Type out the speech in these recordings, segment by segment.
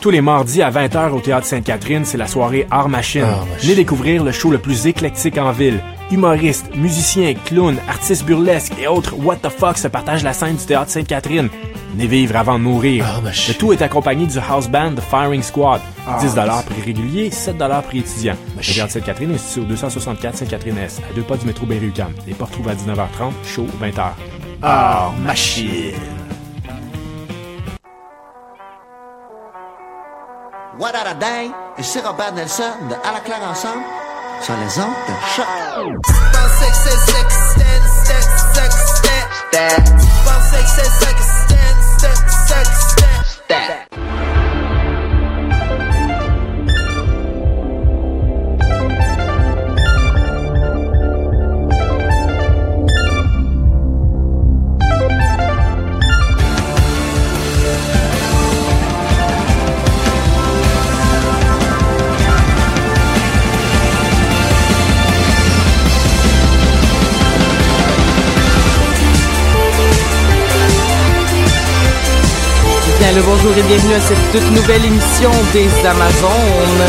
Tous les mardis à 20h au Théâtre Sainte-Catherine, c'est la soirée Art Machine. Venez découvrir le show le plus éclectique en ville. Humoristes, musiciens, clowns, artistes burlesques et autres what the fuck se partagent la scène du Théâtre Sainte-Catherine. Venez vivre avant de mourir. Le tout est accompagné du house band The Firing Squad. 10$ prix régulier, 7$ prix étudiant. Le Théâtre Sainte-Catherine est situé au 264 Sainte-Catherine-Est, à 2 pas du métro Berry-UQAM. Les portes trouvent à 19h30, show 20h. Art Machine. What a day! Ici Robert Nelson de À la claire ensemble sur les ondes de Choc. Le bonjour et bienvenue à cette toute nouvelle émission des Amazones.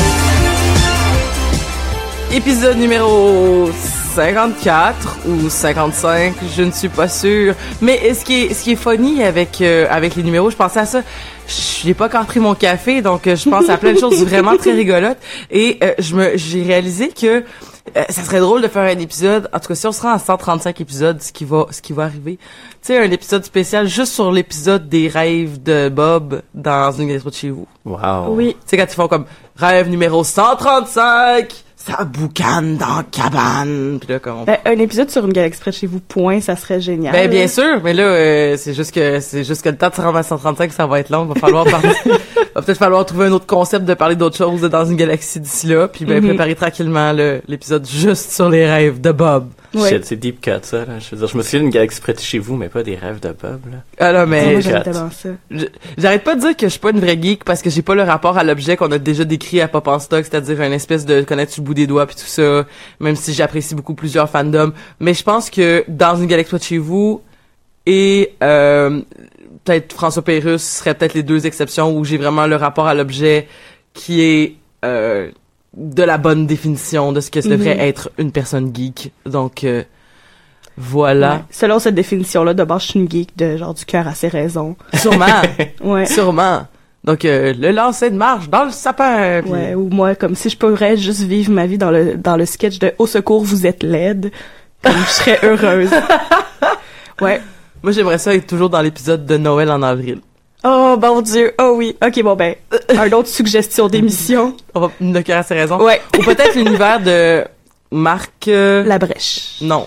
Épisode numéro 54 ou 55, je ne suis pas sûre. Mais ce qui est funny avec les numéros, je pensais à ça. J'ai pas encore pris mon café, donc je pense à plein de choses vraiment très rigolotes. Et j'ai réalisé que ça serait drôle de faire un épisode. En tout cas, si on se rend à 135 épisodes, ce qui va arriver. Tu sais, un épisode spécial juste sur l'épisode des rêves de Bob dans une gastro de chez vous. Wow. Oui. Tu sais, quand ils font comme rêve numéro 135, ça boucane dans la cabane. Puis là, comme un épisode sur une galaxie près de chez vous, point, ça serait génial. Ben, bien sûr, mais là, c'est juste que le temps de se rendre à 135, ça va être long. Va peut-être falloir trouver un autre concept de parler d'autre chose dans une galaxie d'ici là, puis préparer tranquillement l'épisode juste sur les rêves de Bob. Ouais. C'est deep cut, ça, là. Je veux dire, je me souviens d'une galaxie près de chez vous, mais pas des rêves de Bob, là. Ah non, mais... Moi, j'aime tellement ça. J'arrête pas de dire que je suis pas une vraie geek parce que j'ai pas le rapport à l'objet qu'on a déjà décrit à Pop en Stock, c'est-à-dire une espèce de connaître sur le bout des doigts puis tout ça, même si j'apprécie beaucoup plusieurs fandoms. Mais je pense que dans une galaxie près de chez vous et peut-être François Pérusse seraient peut-être les deux exceptions où j'ai vraiment le rapport à l'objet qui est de la bonne définition de ce que devrait être une personne geek. Donc voilà. Ouais. Selon cette définition-là, de base, je suis une geek de genre du cœur à ses raisons. Sûrement. Ouais. Sûrement. Donc le lancer de marche dans le sapin. Puis... Ouais, ou moi, comme si je pourrais juste vivre ma vie dans le sketch de Au secours, vous êtes laide. Comme je serais heureuse. Ouais. Moi, j'aimerais ça être toujours dans l'épisode de Noël en avril. Oh, bon Dieu. Oh oui. OK, bon ben, un autre suggestion d'émission. On va le cœur à ses raisons. Ouais. Ou peut-être l'univers de Marc... La Brèche. Non.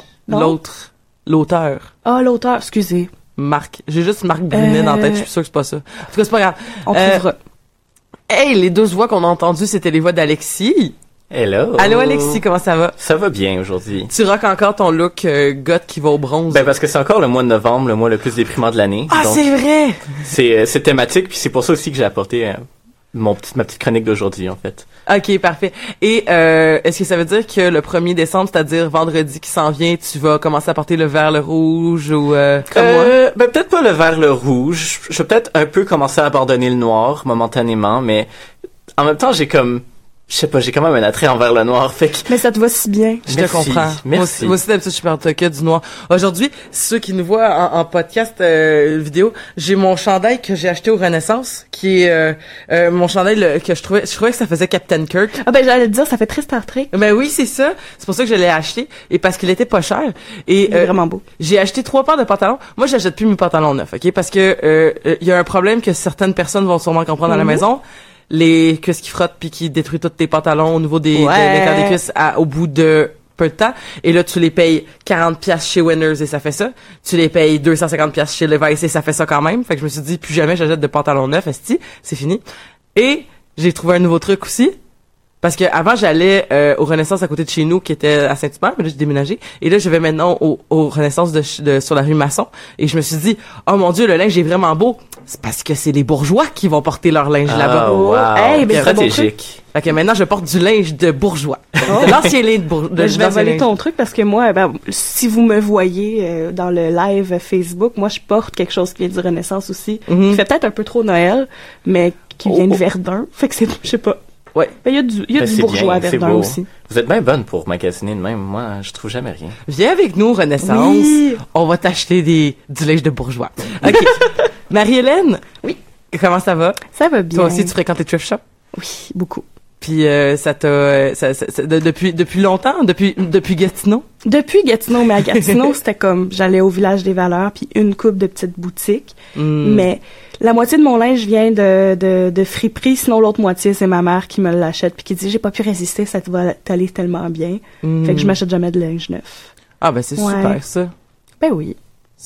L'auteur. Ah, l'auteur, excusez. Marc. J'ai juste Marc Brunet dans la tête, je suis sûre que c'est pas ça. En tout cas, c'est pas grave. On trouvera. Hey, les deux voix qu'on a entendues, c'était les voix d'Alexis. Hello. Allô Alexis, comment ça va? Ça va bien aujourd'hui. Tu rock encore ton look goth qui va au bronze. Ben parce que c'est encore le mois de novembre, le mois le plus déprimant de l'année. Ah, donc c'est vrai! C'est thématique, puis c'est pour ça aussi que j'ai apporté ma petite chronique d'aujourd'hui, en fait. OK, parfait. Et est-ce que ça veut dire que le 1er décembre, c'est-à-dire vendredi qui s'en vient, tu vas commencer à porter le vert, le rouge ou comme moi? Ben peut-être pas le vert, le rouge. Je vais peut-être un peu commencer à abandonner le noir momentanément, mais en même temps, j'ai quand même un attrait envers le noir, fait que... Mais ça te va si bien. Je te comprends. Merci. Moi aussi, d'habitude, je suis pas en toquette du noir. Aujourd'hui, ceux qui nous voient en podcast vidéo, j'ai mon chandail que j'ai acheté au Renaissance, qui est mon chandail que je trouvais que ça faisait Captain Kirk. Ah ben j'allais te dire, ça fait très Star Trek. Ben oui, c'est ça. C'est pour ça que je l'ai acheté et parce qu'il était pas cher. Et il est vraiment beau. J'ai acheté 3 paires de pantalons. Moi, j'achète plus mes pantalons neufs, OK? Parce que il y a un problème que certaines personnes vont sûrement comprendre à la maison. Les cuisses qui frottent puis qui détruisent tous tes pantalons au niveau de l'intérieur des cuisses au bout de peu de temps. Et là, tu les payes 40$ chez Winners et ça fait ça. Tu les payes 250$ chez Levi's et ça fait ça quand même. Fait que je me suis dit, plus jamais j'achète de pantalons neufs, esti, c'est fini. Et j'ai trouvé un nouveau truc aussi. Parce que avant j'allais au Renaissance à côté de chez nous qui était à Saint-Hubert, mais là j'ai déménagé et là je vais maintenant au Renaissance de sur la rue Masson et je me suis dit oh mon Dieu le linge est vraiment beau C'est parce que c'est les bourgeois qui vont porter leur linge là-bas. Wow. Hey, ben, c'est bon stratégique. Fait que maintenant, je porte du linge de bourgeois. De l'ancien linge de bourgeois. Je vais voler ton truc parce que moi, si vous me voyez dans le live Facebook, moi, je porte quelque chose qui vient du Renaissance aussi, qui fait peut-être un peu trop Noël, mais qui vient de Verdun. Fait que c'est, je sais pas. Ouais. Il y a du bourgeois à Verdun aussi. Vous êtes bien bonne pour magasiner de même. Moi, je trouve jamais rien. Viens avec nous, Renaissance. Oui. On va t'acheter du linge de bourgeois. OK. Marie-Hélène? Oui. Comment ça va? Ça va bien. Toi aussi, tu fréquentes les thrift shops? Oui, beaucoup. Puis ça t'a depuis longtemps, depuis Gatineau? Depuis Gatineau, mais à Gatineau, c'était comme j'allais au village des valeurs puis une coupe de petites boutiques. Mais la moitié de mon linge vient de friperie, sinon l'autre moitié c'est ma mère qui me l'achète puis qui dit j'ai pas pu résister, ça va t'aller tellement bien. Fait que je m'achète jamais de linge neuf. Ah ben c'est super ça. Ben oui.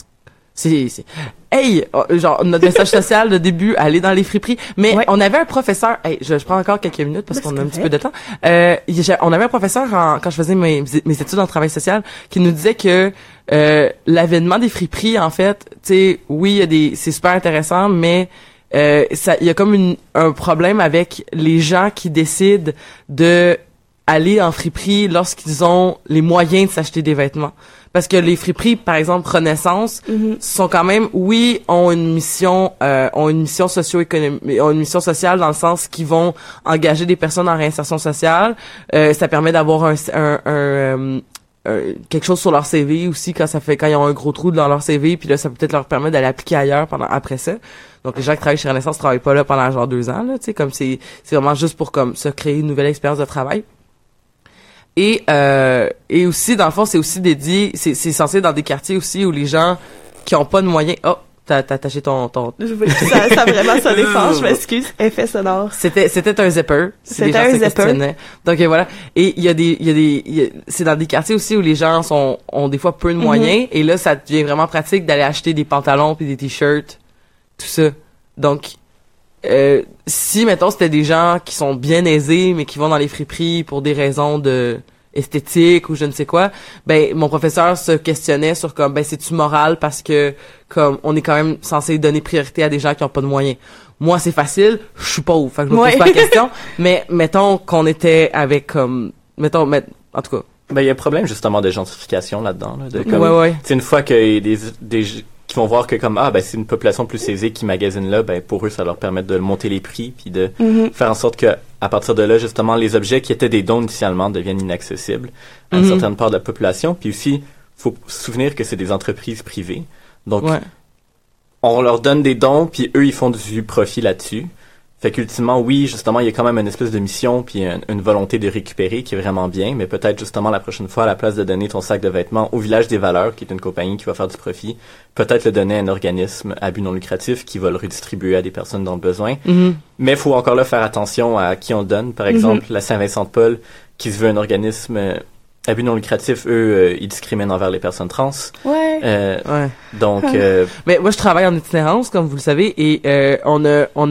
Hey, genre notre message social de début, aller dans les friperies. Mais on avait un professeur. Hey, je prends encore quelques minutes parce qu'on a un petit peu de temps. On avait un professeur quand je faisais mes études en travail social qui nous disait que l'avènement des friperies, en fait, tu sais, oui, c'est super intéressant, mais il y a comme un problème avec les gens qui décident de aller en friperie lorsqu'ils ont les moyens de s'acheter des vêtements. Parce que les friperies, par exemple, Renaissance, sont quand même, ont une mission socio-économique, ont une mission sociale dans le sens qu'ils vont engager des personnes en réinsertion sociale. Ça permet d'avoir quelque chose sur leur CV aussi quand ils ont un gros trou dans leur CV, puis là, ça peut peut-être leur permettre d'aller appliquer ailleurs après ça. Donc, les gens qui travaillent chez Renaissance travaillent pas là pendant genre 2 ans, là, tu sais, comme c'est vraiment juste pour comme se créer une nouvelle expérience de travail. Et aussi, dans le fond, c'est aussi dédié, c'est censé être dans des quartiers aussi où les gens qui ont pas de moyens. Oh, t'as attaché ton. Ça vraiment sonné fort, je m'excuse. Effet sonore. C'était un zipper. C'était un zipper. Donc voilà. Et c'est dans des quartiers aussi où les gens ont des fois peu de moyens. Et là, ça devient vraiment pratique d'aller acheter des pantalons puis des t-shirts, tout ça. Donc, si, mettons, c'était des gens qui sont bien aisés, mais qui vont dans les friperies pour des raisons de esthétique ou je ne sais quoi, ben, mon professeur se questionnait sur comme, ben, c'est-tu moral parce que, comme, on est quand même censé donner priorité à des gens qui ont pas de moyens. Moi, c'est facile, je suis pauvre, fait que je me pose pas la question, mais mettons qu'on était avec, comme, en tout cas. Ben, il y a un problème, justement, de gentrification là-dedans, là, de comme, c'est une fois que des qui vont voir que comme c'est une population plus aisée qui magasine là, ben pour eux ça leur permet de monter les prix puis de faire en sorte que à partir de là justement les objets qui étaient des dons initialement deviennent inaccessibles à une certaine part de la population. Puis aussi faut se souvenir que c'est des entreprises privées, donc on leur donne des dons puis eux ils font du profit là-dessus. Fait qu'ultimement, oui, justement, il y a quand même une espèce de mission puis une volonté de récupérer qui est vraiment bien, mais peut-être justement la prochaine fois, à la place de donner ton sac de vêtements au Village des Valeurs, qui est une compagnie qui va faire du profit, peut-être le donner à un organisme à but non lucratif qui va le redistribuer à des personnes dans le besoin. Mais il faut encore là faire attention à qui on le donne. Par exemple, la Saint-Vincent-de-Paul, qui se veut un organisme à but non lucratif, eux, ils discriminent envers les personnes trans. Donc... Mais moi, je travaille en itinérance, comme vous le savez, et on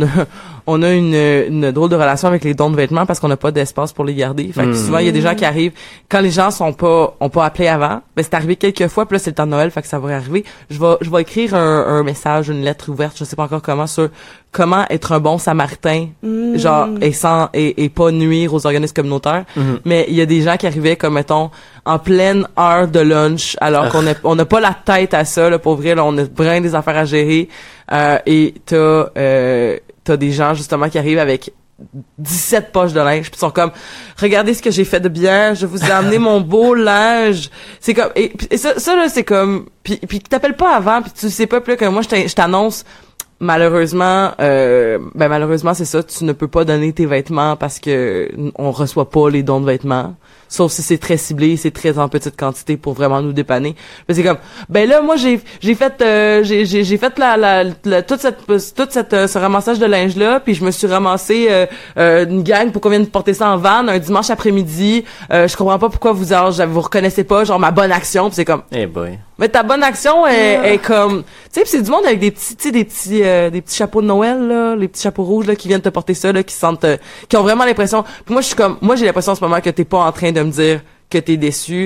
a une drôle de relation avec les dons de vêtements parce qu'on n'a pas d'espace pour les garder. Fait que souvent, il y a des gens qui arrivent, quand les gens ont pas appelé avant, ben c'est arrivé quelques fois, puis là, c'est le temps de Noël, fait que ça va arriver. Je vais écrire un message, une lettre ouverte, je sais pas encore comment, sur comment être un bon samaritain, genre, et pas nuire aux organismes communautaires. Mais il y a des gens qui arrivaient, comme, mettons, en pleine heure de lunch, alors qu'on n'a pas la tête à ça, là, pour vrai, là, on a vraiment des affaires à gérer, et t'as des gens, justement, qui arrivent avec 17 poches de linge, puis sont comme, regardez ce que j'ai fait de bien, je vous ai amené mon beau linge. C'est comme, et ça là, c'est comme, puis t'appelles pas avant, puis tu sais pas, plus que moi, je t'annonce, malheureusement, malheureusement, c'est ça, tu ne peux pas donner tes vêtements parce que on reçoit pas les dons de vêtements. Sauf si c'est très ciblé, c'est très en petite quantité pour vraiment nous dépanner. Mais c'est comme, ben là, moi, j'ai fait ce ramassage de linge-là, puis je me suis ramassé, une gang pour qu'on vienne porter ça en van un dimanche après-midi. Je comprends pas pourquoi vous reconnaissez pas, genre, ma bonne action, puis c'est comme, hey boy. Mais ta bonne action est comme, tu sais, c'est du monde avec des petits chapeaux de Noël, là, les petits chapeaux rouges, là, qui viennent te porter ça, là, qui ont vraiment l'impression, puis moi, j'ai l'impression en ce moment que t'es pas en train de me dire que t'es déçu,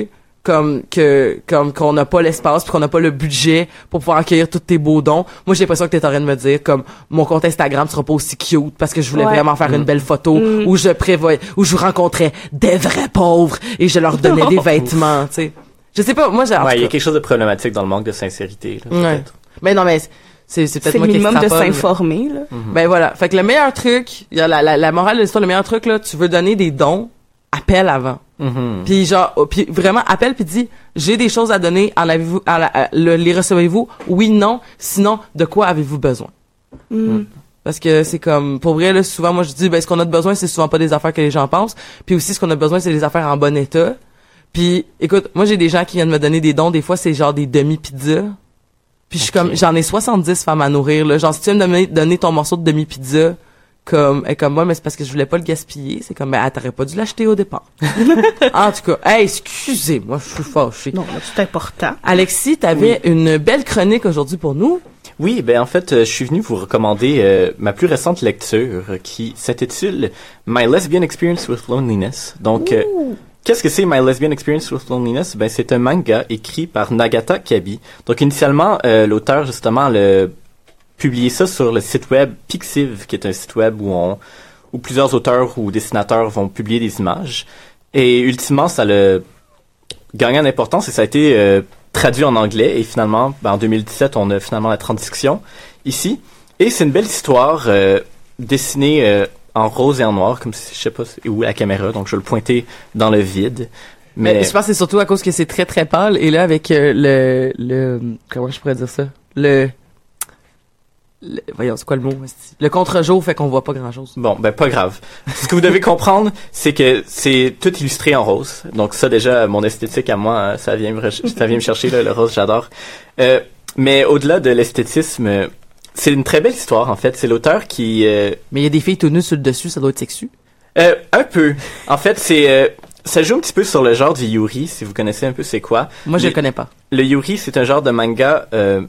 qu'on n'a pas l'espace puis qu'on n'a pas le budget pour pouvoir accueillir tous tes beaux dons. Moi, j'ai l'impression que t'es en train de me dire comme mon compte Instagram sera pas aussi cute parce que je voulais vraiment faire une belle photo où je rencontrais des vrais pauvres et je leur donnais des vêtements, tu sais. Je sais pas, moi j'ai il y a quelque chose de problématique dans le manque de sincérité là, peut-être. Mais non, mais c'est peut-être moi qui extrapole. C'est le minimum de s'informer là. Ben voilà, fait que le meilleur truc, il y a la morale de l'histoire, le meilleur truc là, tu veux donner des dons, appelle avant. Puis genre puis vraiment appelle puis dis j'ai des choses à donner, en avez-vous les recevez-vous? Oui, non, sinon de quoi avez-vous besoin? Parce que c'est comme pour vrai là, souvent moi je dis ce qu'on a de besoin, c'est souvent pas des affaires que les gens pensent, puis aussi ce qu'on a besoin c'est des affaires en bon état. Puis écoute, moi j'ai des gens qui viennent me donner des dons, des fois c'est genre des demi-pizzas. Puis je suis comme j'en ai 70 femmes à nourrir là, genre si tu viens de me donner ton morceau de demi-pizza comme moi mais c'est parce que je voulais pas le gaspiller, c'est comme t'aurais pas dû l'acheter au départ. En tout cas, excusez-moi, je suis fâchée. Non, c'est important. Alexis, t'avais une belle chronique aujourd'hui pour nous. Oui, en fait, je suis venu vous recommander ma plus récente lecture qui s'intitule My Lesbian Experience with Loneliness. Donc qu'est-ce que c'est My Lesbian Experience with Loneliness? C'est un manga écrit par Nagata Kabi. Donc initialement, l'auteur justement publié ça sur le site web Pixiv, qui est un site web où plusieurs auteurs ou dessinateurs vont publier des images. Et ultimement, ça l'a gagné en importance et ça a été traduit en anglais. Et finalement, en 2017, on a finalement la traduction ici. Et c'est une belle histoire dessinée en rose et en noir, comme si, je sais pas où la caméra, donc je vais le pointer dans le vide. Mais je pense que c'est surtout à cause que c'est très très pâle. Et là, avec le comment je pourrais dire ça? Voyons, c'est quoi le mot? Le contre-jour fait qu'on voit pas grand-chose. Bon, pas grave. Ce que vous devez comprendre, c'est que c'est tout illustré en rose. Donc ça, déjà, mon esthétique à moi, ça vient me chercher, là, le rose, j'adore. Mais au-delà de l'esthétisme, c'est une très belle histoire, en fait. C'est l'auteur qui... Mais il y a des filles tout nues sur le dessus, ça doit être sexu? Un peu. En fait, ça joue un petit peu sur le genre du yuri, si vous connaissez un peu c'est quoi. Moi, je le connais pas. Le yuri, c'est un genre de manga...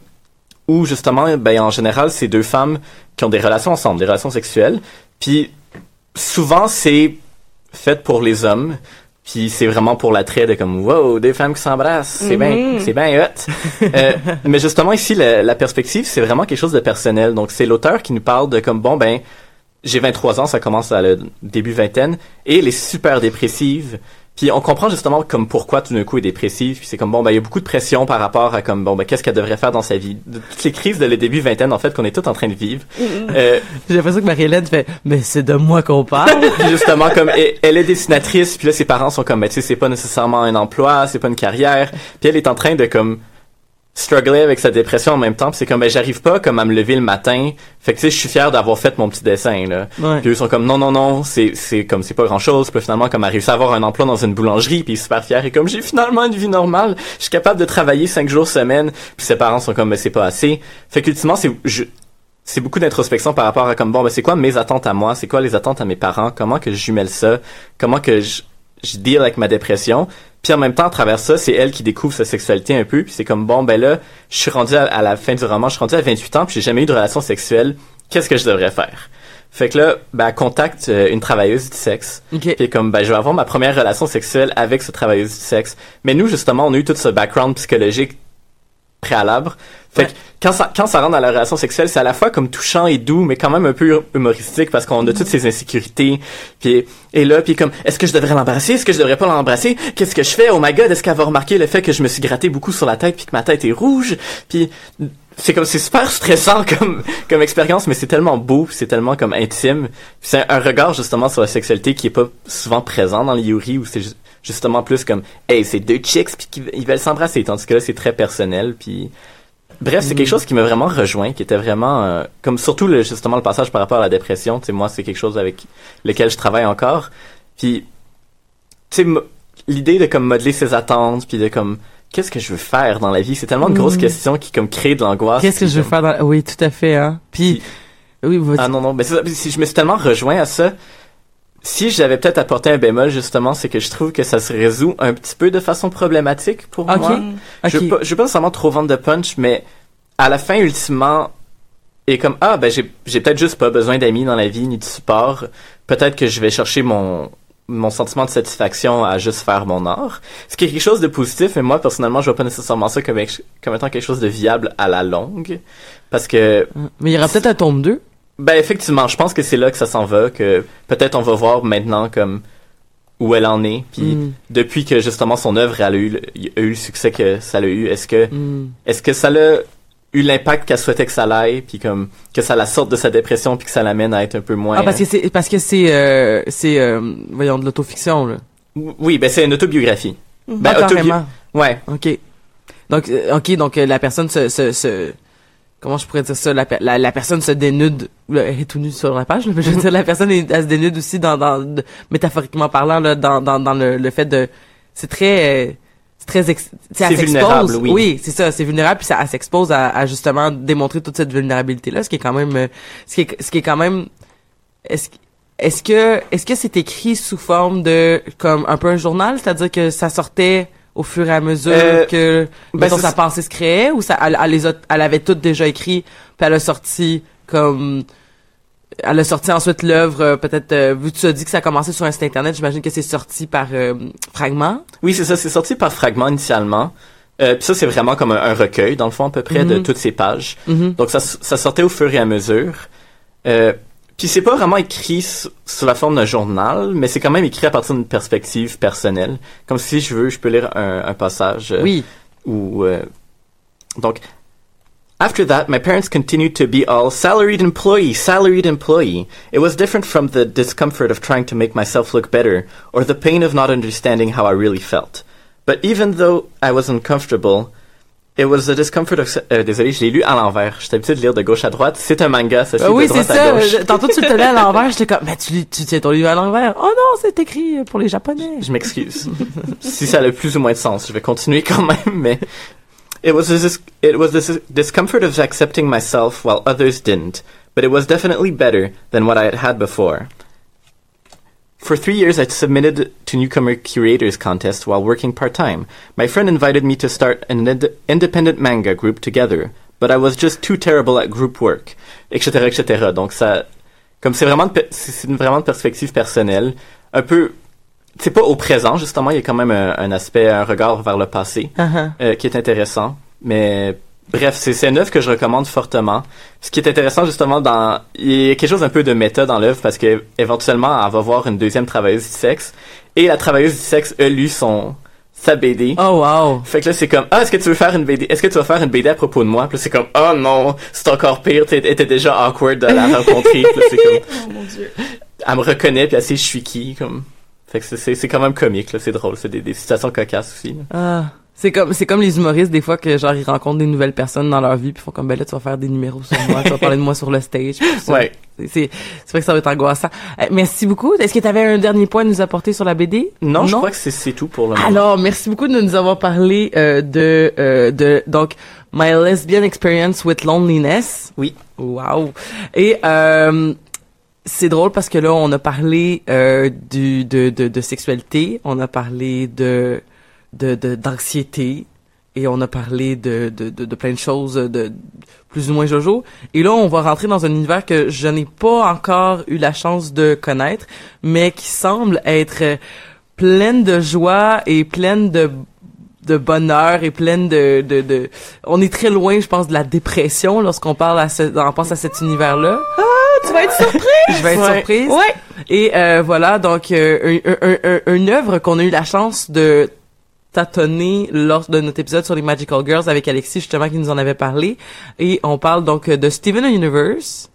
où justement, en général, c'est deux femmes qui ont des relations ensemble, des relations sexuelles. Puis souvent, c'est fait pour les hommes. Puis c'est vraiment pour l'attrait de comme wow, des femmes qui s'embrassent, c'est bien hot. Mais justement ici, la perspective, c'est vraiment quelque chose de personnel. Donc c'est l'auteur qui nous parle de comme j'ai 23 ans, ça commence à le début vingtaine, et elle est super dépressive. Puis on comprend justement comme pourquoi tout d'un coup elle est dépressive, puis c'est comme il y a beaucoup de pression par rapport à comme qu'est-ce qu'elle devrait faire dans sa vie. Toutes les crises de le début vingtaine en fait qu'on est tous en train de vivre. J'ai l'impression que Marie-Hélène fait mais c'est de moi qu'on parle. Puis justement comme elle est dessinatrice, puis là ses parents sont comme tu sais c'est pas nécessairement un emploi, c'est pas une carrière, puis elle est en train de comme struggler avec sa dépression en même temps, puis c'est comme j'arrive pas comme à me lever le matin, fait que tu sais je suis fier d'avoir fait mon petit dessin là. Ouais. Puis eux sont comme non, c'est comme c'est pas grand-chose, puis finalement comme elle réussit à avoir un emploi dans une boulangerie, puis il est super fier et comme j'ai finalement une vie normale, je suis capable de travailler 5 jours semaine, puis ses parents sont comme mais c'est pas assez. Fait qu'ultimement c'est beaucoup d'introspection par rapport à comme c'est quoi mes attentes à moi, c'est quoi les attentes à mes parents, comment que je jumelle ça, comment que je deal avec ma dépression. Puis en même temps, à travers ça, c'est elle qui découvre sa sexualité un peu. Puis c'est comme, là, je suis rendu à la fin du roman, je suis rendu à 28 ans, puis j'ai jamais eu de relation sexuelle. Qu'est-ce que je devrais faire? Fait que là, elle contacte une travailleuse du sexe. Okay. Puis comme, je vais avoir ma première relation sexuelle avec cette travailleuse du sexe. Mais nous, justement, on a eu tout ce background psychologique préalable. Fait que quand ça rentre dans la relation sexuelle, c'est à la fois comme touchant et doux, mais quand même un peu humoristique parce qu'on a toutes ces insécurités. Puis comme est-ce que je devrais l'embrasser, est-ce que je devrais pas l'embrasser, qu'est-ce que je fais, oh my god, est-ce qu'elle va remarquer le fait que je me suis gratté beaucoup sur la tête puis que ma tête est rouge, puis c'est super stressant comme expérience, mais c'est tellement beau, c'est tellement comme intime. Puis c'est un regard justement sur la sexualité qui est pas souvent présent dans les yuri, où c'est justement plus comme hey, c'est deux chicks puis ils veulent s'embrasser, tandis que là c'est très personnel. Puis bref, c'est quelque chose qui m'a vraiment rejoint, qui était vraiment comme surtout justement le passage par rapport à la dépression. Tu sais, moi c'est quelque chose avec lequel je travaille encore. Puis tu sais, l'idée de comme modeler ses attentes, puis de comme qu'est-ce que je veux faire dans la vie, c'est tellement une grosse question qui comme crée de l'angoisse. Qu'est-ce que je veux faire dans oui, tout à fait hein. Puis oui, non, mais je me suis tellement rejoint à ça. Si j'avais peut-être apporté un bémol, justement, c'est que je trouve que ça se résout un petit peu de façon problématique pour moi. Je veux pas nécessairement trop vendre de punch, mais à la fin, ultimement, et comme, j'ai peut-être juste pas besoin d'amis dans la vie, ni de support. Peut-être que je vais chercher mon sentiment de satisfaction à juste faire mon art. Ce qui est quelque chose de positif, mais moi, personnellement, je vois pas nécessairement ça comme étant quelque chose de viable à la longue. Parce que... Mais il y aura peut-être un tome 2. Ben, effectivement, je pense que c'est là que ça s'en va, que peut-être on va voir maintenant comme où elle en est, puis depuis que justement son œuvre a eu le succès que ça l'a eu, est-ce que ça l'a eu l'impact qu'elle souhaitait que ça l'aille, puis comme que ça la sorte de sa dépression, puis que ça l'amène à être un peu moins... Ah, parce que c'est voyons, de l'autofiction, là. Oui, ben c'est une autobiographie. Ben, carrément. Ouais. OK. Donc la personne se comment je pourrais dire ça, la personne se dénude, elle est tout nue sur la page, là, mais je veux dire, la personne elle se dénude aussi métaphoriquement parlant, là, dans le fait de, c'est vulnérable, oui. Oui, c'est ça, c'est vulnérable, puis elle s'expose à justement démontrer toute cette vulnérabilité-là, ce qui est quand même, est-ce que c'est écrit sous forme de, comme un peu un journal, c'est-à-dire que ça sortait au fur et à mesure que sa pensée se créait, ou ça elle avait toutes déjà écrit, puis elle a sorti ensuite l'œuvre, peut-être, vu que tu as dit que ça a commencé sur un site internet, j'imagine que c'est sorti par fragments. Oui, c'est ça, c'est sorti par fragments initialement. Puis ça, c'est vraiment comme un recueil, dans le fond, à peu près, de toutes ces pages. Donc ça sortait au fur et à mesure. Puis c'est pas vraiment écrit sous la forme d'un journal, mais c'est quand même écrit à partir d'une perspective personnelle. Comme si je peux lire un passage. Oui. Donc, after that, my parents continued to be all salaried employee. It was different from the discomfort of trying to make myself look better, or the pain of not understanding how I really felt. But even though I was uncomfortable, it was the discomfort of... désolé, je l'ai lu à l'envers. J'étais habitué de lire de gauche à droite. C'est un manga, ça se lit de droite à gauche. Oui, c'est ça. Tantôt, tu le tenais à l'envers. J'étais comme, mais tu tiens ton livre à l'envers. Oh non, c'est écrit pour les Japonais. Je m'excuse. Si ça a le plus ou moins de sens, je vais continuer quand même, mais... It was this discomfort of accepting myself while others didn't, but it was definitely better than what I had had before. For 3 years, I submitted to Newcomer Curators Contest while working part-time. My friend invited me to start an independent manga group together, but I was just too terrible at group work, etc., etc. Donc ça, comme c'est vraiment de perspective personnelle, un peu, c'est pas au présent justement, il y a quand même un aspect, un regard vers le passé qui est intéressant, mais bref, c'est une œuvre que je recommande fortement. Ce qui est intéressant justement il y a quelque chose un peu de méta dans l'œuvre parce que éventuellement elle va voir une deuxième travailleuse du sexe et la travailleuse du sexe a lu sa BD. Oh wow. Fait que là c'est comme est-ce que tu vas faire une BD à propos de moi? Puis là c'est comme oh non, c'est encore pire, t'étais déjà awkward de la rencontrer. Puis là c'est comme oh mon Dieu. Elle me reconnaît puis elle sait je suis qui comme. Fait que c'est quand même comique là, c'est drôle, c'est des situations cocasses aussi. Là. Ah. C'est comme les humoristes des fois que genre ils rencontrent des nouvelles personnes dans leur vie puis font comme ben là tu vas faire des numéros sur moi, tu vas parler de moi sur le stage. Ouais. C'est vrai que ça va être angoissant. Merci beaucoup. Est-ce que tu avais un dernier point à nous apporter sur la BD? Non, je crois que c'est tout pour le moment. Alors, merci beaucoup de nous avoir parlé donc My Lesbian Experience with Loneliness. Oui. Wow. Et c'est drôle parce que là on a parlé de sexualité, on a parlé d'anxiété et on a parlé de plein de choses de plus ou moins jojo, et là on va rentrer dans un univers que je n'ai pas encore eu la chance de connaître mais qui semble être pleine de joie et pleine de bonheur et pleine de on est très loin je pense de la dépression lorsqu'on on pense à cet univers-là. Tu vas être surprise! Je vais être surprise. Ouais. Et voilà, donc une œuvre qu'on a eu la chance de tâtonner lors de notre épisode sur les Magical Girls avec Alexis, justement, qui nous en avait parlé. Et on parle donc de Steven Universe,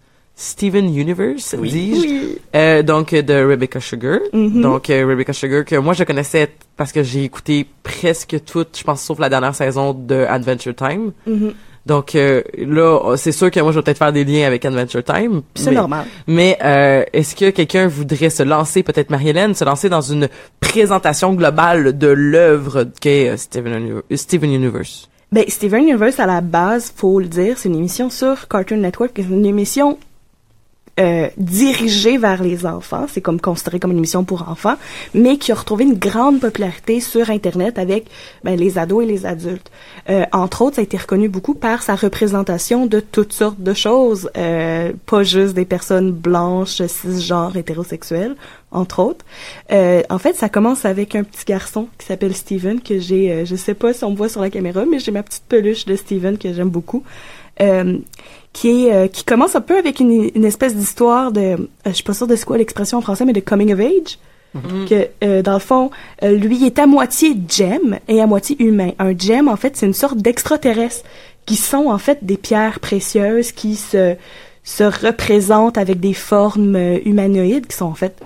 oui. dis-je. Oui. Donc de Rebecca Sugar. Donc Rebecca Sugar, que moi je connaissais parce que j'ai écouté presque toute, je pense, sauf la dernière saison de Adventure Time. Donc là, c'est sûr que moi, je vais peut-être faire des liens avec Adventure Time. C'est normal. Mais est-ce que quelqu'un voudrait se lancer, peut-être Marie-Hélène, se lancer dans une présentation globale de l'œuvre qu'est Steven Universe? Ben, Steven Universe, à la base, faut le dire, c'est une émission sur Cartoon Network. C'est une émission dirigée vers les enfants, c'est comme considéré comme une émission pour enfants, mais qui a retrouvé une grande popularité sur Internet avec les ados et les adultes. Entre autres, ça a été reconnu beaucoup par sa représentation de toutes sortes de choses, pas juste des personnes blanches, cisgenres, hétérosexuelles, entre autres. En fait, ça commence avec un petit garçon qui s'appelle Steven, que j'ai, je sais pas si on me voit sur la caméra, mais j'ai ma petite peluche de Steven que j'aime beaucoup. Qui commence un peu avec une espèce d'histoire de, je suis pas sûre de c'est quoi l'expression en français, mais de coming of age. Que dans le fond, lui est à moitié gem et à moitié humain. Un gem, en fait, c'est une sorte d'extraterrestre qui sont en fait des pierres précieuses qui se représentent avec des formes humanoïdes qui sont en fait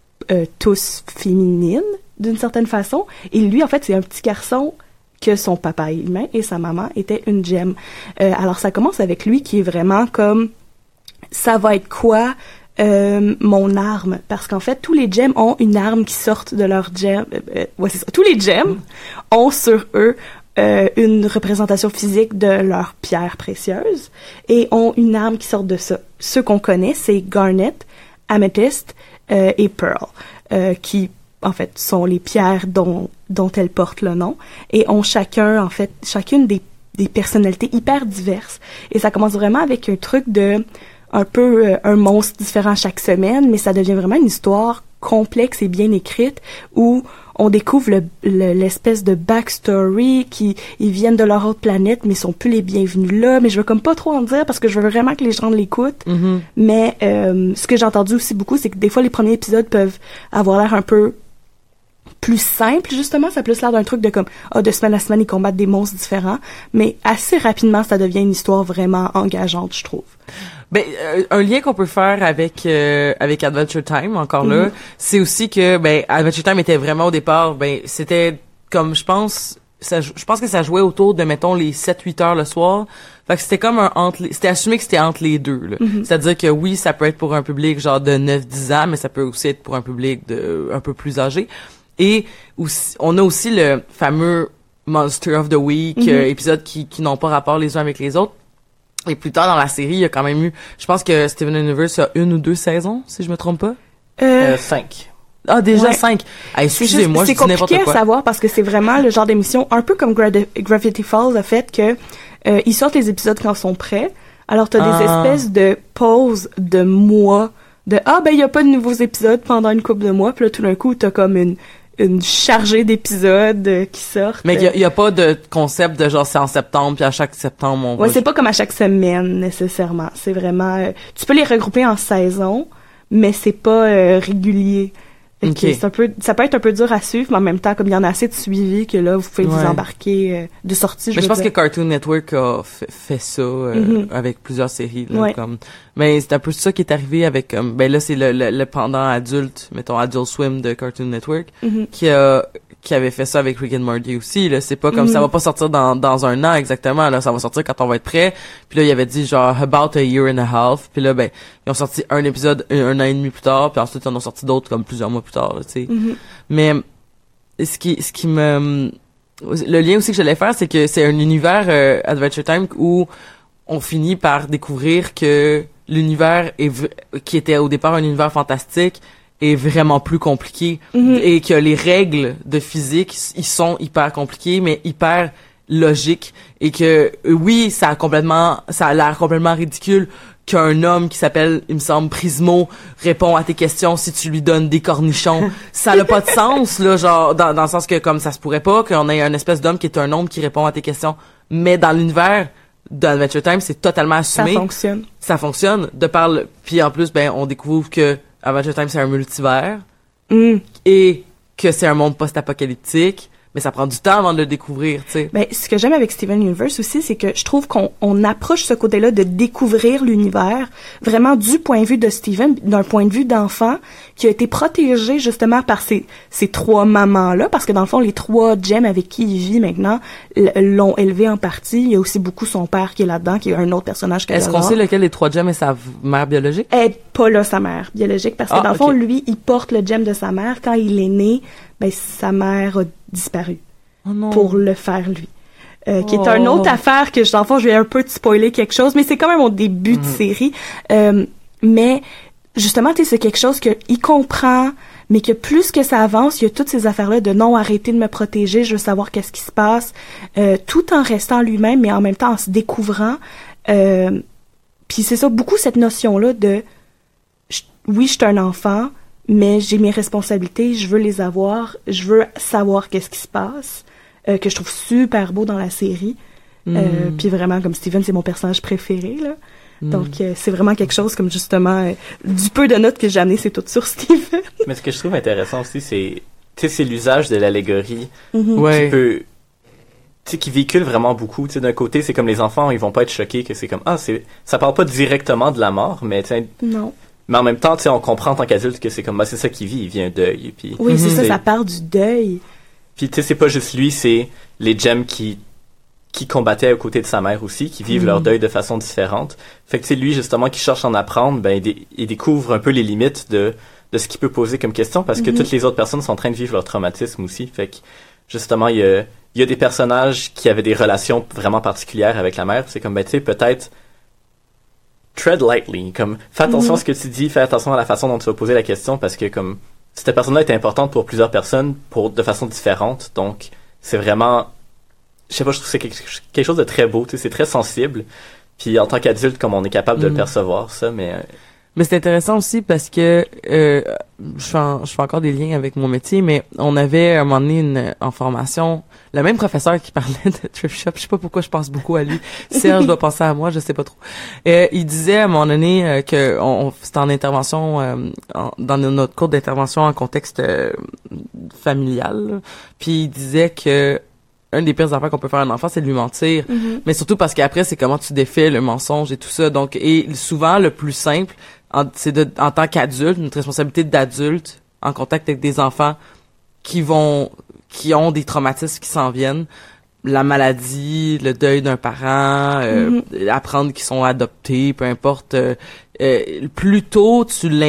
tous féminines d'une certaine façon. Et lui, en fait, c'est un petit garçon que son papa est humain et sa maman était une gemme. Alors ça commence avec lui qui est vraiment comme ça va être quoi mon arme, parce qu'en fait tous les gems ont une arme qui sort de leur gem. Ouais, c'est ça. Tous les gems ont sur eux une représentation physique de leur pierre précieuse et ont une arme qui sort de ça. Ceux qu'on connaît, c'est Garnet, Amethyst et Pearl, qui en fait sont les pierres dont elles portent le nom et ont chacune des personnalités hyper diverses. Et ça commence vraiment avec un truc de un peu un monstre différent chaque semaine, mais ça devient vraiment une histoire complexe et bien écrite où on découvre l'espèce de backstory ils viennent de leur autre planète mais sont plus les bienvenus là, mais je veux comme pas trop en dire parce que je veux vraiment que les gens l'écoutent. Mais ce que j'ai entendu aussi beaucoup, c'est que des fois les premiers épisodes peuvent avoir l'air un peu plus simple, justement, ça a plus l'air d'un truc de comme de semaine à semaine ils combattent des monstres différents, mais assez rapidement ça devient une histoire vraiment engageante, je trouve. Un lien qu'on peut faire avec Adventure Time encore là, c'est aussi que Adventure Time était vraiment au départ c'était comme je pense que ça jouait autour de mettons les 7-8 heures le soir. Fait que c'était comme c'était assumé que c'était entre les deux là. C'est-à-dire que oui, ça peut être pour un public genre de 9-10 ans, mais ça peut aussi être pour un public de un peu plus âgé. Et aussi, on a aussi le fameux Monster of the Week, épisodes qui n'ont pas rapport les uns avec les autres. Et plus tard dans la série, il y a quand même eu, je pense que Steven Universe a 1 ou 2 saisons, si je me trompe pas. 5. Ah, déjà 5. Excusez-moi, je dis n'importe quoi. C'est compliqué à savoir parce que c'est vraiment le genre d'émission, un peu comme Gravity Falls a fait que ils sortent les épisodes quand ils sont prêts. Alors t'as des espèces de pauses de mois de il y a pas de nouveaux épisodes pendant une couple de mois, puis là tout d'un coup t'as comme une chargée d'épisodes qui sortent. Mais il y a pas de concept de genre c'est en septembre puis à chaque septembre on va... c'est pas comme à chaque semaine nécessairement. C'est vraiment tu peux les regrouper en saison, mais c'est pas régulier. Okay. Ça peut être un peu dur à suivre, mais en même temps, comme il y en a assez de suivi que là, vous pouvez vous embarquer de sortie. Mais je pense que Cartoon Network a fait ça avec plusieurs séries. Là, mais c'est un peu ça qui est arrivé avec... là, c'est le pendant adulte, mettons Adult Swim de Cartoon Network, qui avait fait ça avec Rick and Morty aussi. Là, c'est pas comme ça va pas sortir dans un an exactement. Là, ça va sortir quand on va être prêt. Puis là, il avait dit genre about a year and a half. Puis là, ils ont sorti un épisode un an et demi plus tard. Puis ensuite, ils en ont sorti d'autres comme plusieurs mois plus tard. Tu sais. Mais ce qui me le lien aussi que j'allais faire, c'est que c'est un univers Adventure Time où on finit par découvrir que l'univers qui était au départ un univers fantastique est vraiment plus compliqué et que les règles de physique ils sont hyper compliquées mais hyper logiques et que oui ça a l'air complètement ridicule qu'un homme qui s'appelle il me semble Prismo répond à tes questions si tu lui donnes des cornichons. Ça n'a pas de sens là, genre dans le sens que comme ça se pourrait pas qu'on ait un espèce d'homme qui est un homme qui répond à tes questions, mais dans l'univers d'Adventure Time c'est totalement assumé. Ça fonctionne puis en plus on découvre que Adventure Time, c'est un multivers et que c'est un monde post-apocalyptique, mais ça prend du temps avant de le découvrir, tu sais. Ce que j'aime avec Steven Universe aussi, c'est que je trouve qu'on approche ce côté-là de découvrir l'univers vraiment du point de vue de Steven, d'un point de vue d'enfant qui a été protégé justement par ces 3 mamans-là, parce que dans le fond, les 3 gems avec qui il vit maintenant l'ont élevé en partie. Il y a aussi beaucoup son père qui est là-dedans, qui est un autre personnage. Est-ce qu'on sait lequel des 3 gems est sa mère biologique? Elle est pas là, sa mère biologique, parce que dans le fond, lui, il porte le gem de sa mère. Quand il est né, sa mère a disparu pour le faire lui. Qui est une autre affaire que, dans le fond, je vais un peu te spoiler quelque chose, mais c'est quand même au début de série. Mais justement, tu sais, c'est quelque chose qu'il comprend, mais que plus que ça avance, il y a toutes ces affaires-là de non, arrêter de me protéger, je veux savoir qu'est-ce qui se passe, tout en restant lui-même, mais en même temps en se découvrant. Puis c'est ça, beaucoup cette notion-là de oui, je suis un enfant, mais j'ai mes responsabilités, je veux les avoir, je veux savoir qu'est-ce qui se passe, que je trouve super beau dans la série. Puis vraiment, comme Steven, c'est mon personnage préféré, là. Donc, c'est vraiment quelque chose comme justement, du peu de notes que j'ai amené, c'est tout sur Steven. Mais ce que je trouve intéressant aussi, c'est l'usage de l'allégorie qui peut, qui véhicule vraiment beaucoup. D'un côté, c'est comme les enfants, ils vont pas être choqués que c'est comme, ça parle pas directement de la mort, mais non. Mais en même temps, on comprend en tant qu'adulte que c'est comme, c'est ça qu'il vit, il vit un deuil. Puis, oui, c'est ça part du deuil. Puis, c'est pas juste lui, c'est les Jem qui combattaient aux côtés de sa mère aussi, qui vivent leur deuil de façon différente. Fait que c'est lui, justement, qui cherche à en apprendre, il découvre un peu les limites de ce qu'il peut poser comme question, parce que toutes les autres personnes sont en train de vivre leur traumatisme aussi. Fait que, justement, il y a des personnages qui avaient des relations vraiment particulières avec la mère. C'est comme, peut-être, tread lightly, comme, fais attention à ce que tu dis, fais attention à la façon dont tu vas poser la question, parce que, comme, cette personne-là est importante pour plusieurs personnes, de façon différente. Donc, c'est vraiment, je sais pas, je trouve que c'est quelque chose de très beau, c'est très sensible. Puis en tant qu'adulte, comme on est capable de le percevoir, ça, mais c'est intéressant aussi parce que je fais encore des liens avec mon métier, mais on avait à un moment donné en formation, le même professeur qui parlait de thrift shop, je sais pas pourquoi je pense beaucoup à lui. Serge doit penser à moi, je sais pas trop. Il disait à un moment donné que c'était en intervention dans notre cours d'intervention en contexte familial, là. Puis il disait que un des pires affaires qu'on peut faire à un enfant, c'est de lui mentir. Mais surtout parce qu'après, c'est comment tu défais le mensonge et tout ça. Donc, et souvent, le plus simple, c'est en tant qu'adulte, notre responsabilité d'adulte, en contact avec des enfants qui ont des traumatismes qui s'en viennent, la maladie, le deuil d'un parent, apprendre qu'ils sont adoptés, peu importe, plus tôt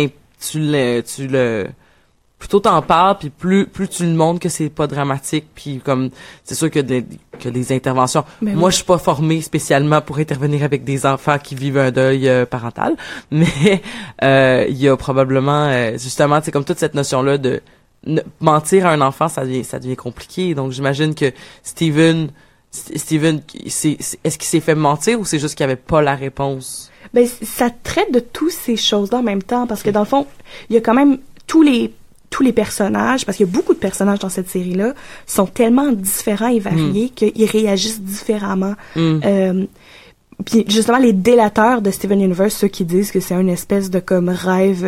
plus tôt t'en parles, puis plus tu le montres que c'est pas dramatique, puis comme c'est sûr que des interventions. Moi, je suis pas formée spécialement pour intervenir avec des enfants qui vivent un deuil parental, mais il y a probablement justement, c'est comme toute cette notion-là de mentir à un enfant, ça devient compliqué. Donc j'imagine que Steven, est-ce qu'il s'est fait mentir ou c'est juste qu'il avait pas la réponse? Ça traite de toutes ces choses-là en même temps, parce que dans le fond, il y a quand même tous les personnages, parce qu'il y a beaucoup de personnages dans cette série-là, sont tellement différents et variés qu'ils réagissent différemment. Puis justement, les délateurs de Steven Universe, ceux qui disent que c'est une espèce de comme rêve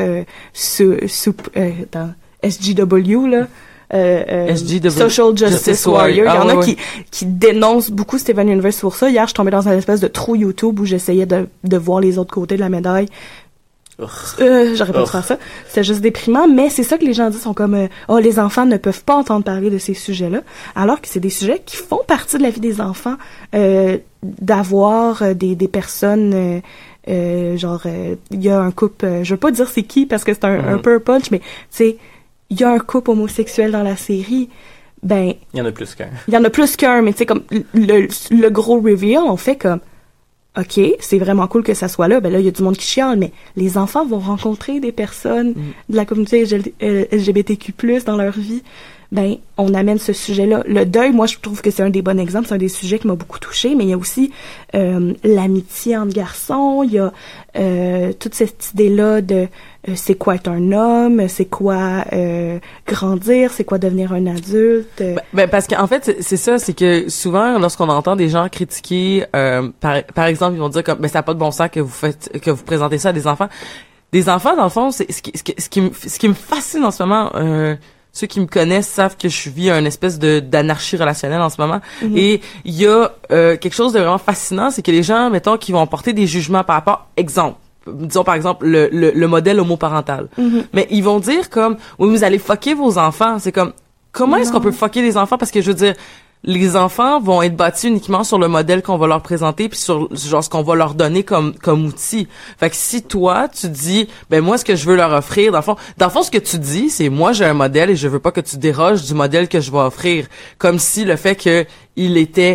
dans SJW, là, Social Justice Warrior. Il y en a qui dénoncent beaucoup Steven Universe pour ça. Hier, je tombais dans une espèce de trou YouTube où j'essayais de voir les autres côtés de la médaille. J'aurais pas dû faire ça. C'est juste déprimant, mais c'est ça que les gens disent, sont comme les enfants ne peuvent pas entendre parler de ces sujets-là, alors que c'est des sujets qui font partie de la vie des enfants, d'avoir des personnes genre il y a un couple, je veux pas dire c'est qui parce que c'est un peu un punch, mais tu sais, il y a un couple homosexuel dans la série. Il y en a plus qu'un. Il y en a plus qu'un, mais tu sais, comme le gros reveal, on fait comme OK, c'est vraiment cool que ça soit là. Là, il y a du monde qui chiale, mais les enfants vont rencontrer des personnes de la communauté LGBTQ+, dans leur vie. On amène ce sujet-là. Le deuil, moi, je trouve que c'est un des bons exemples. C'est un des sujets qui m'a beaucoup touchée, mais il y a aussi l'amitié entre garçons. Il y a toute cette idée-là de c'est quoi être un homme, c'est quoi grandir, c'est quoi devenir un adulte. Parce qu'en fait, c'est ça, c'est que souvent, lorsqu'on entend des gens critiquer, par exemple, ils vont dire comme, ça n'a pas de bon sens que vous présentez ça à des enfants. Des enfants, dans le fond, c'est ce qui me fascine en ce moment. Ceux qui me connaissent savent que je vis une espèce d'anarchie relationnelle en ce moment. Et il y a quelque chose de vraiment fascinant, c'est que les gens, mettons, qui vont porter des jugements par rapport, disons par exemple le modèle homoparental. Mais ils vont dire comme, oui, vous allez fucker vos enfants. C'est comme, comment est-ce qu'on peut fucker les enfants? Parce que je veux dire, les enfants vont être bâtis uniquement sur le modèle qu'on va leur présenter puis sur genre ce qu'on va leur donner comme outil. Fait que si toi tu dis moi ce que je veux leur offrir dans le fond ce que tu dis c'est moi j'ai un modèle et je veux pas que tu déroges du modèle que je vais offrir, comme si le fait que il était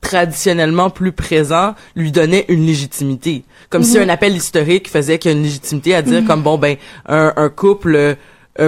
traditionnellement plus présent lui donnait une légitimité. Comme si un appel historique faisait qu'il y a une légitimité à dire comme bon ben un couple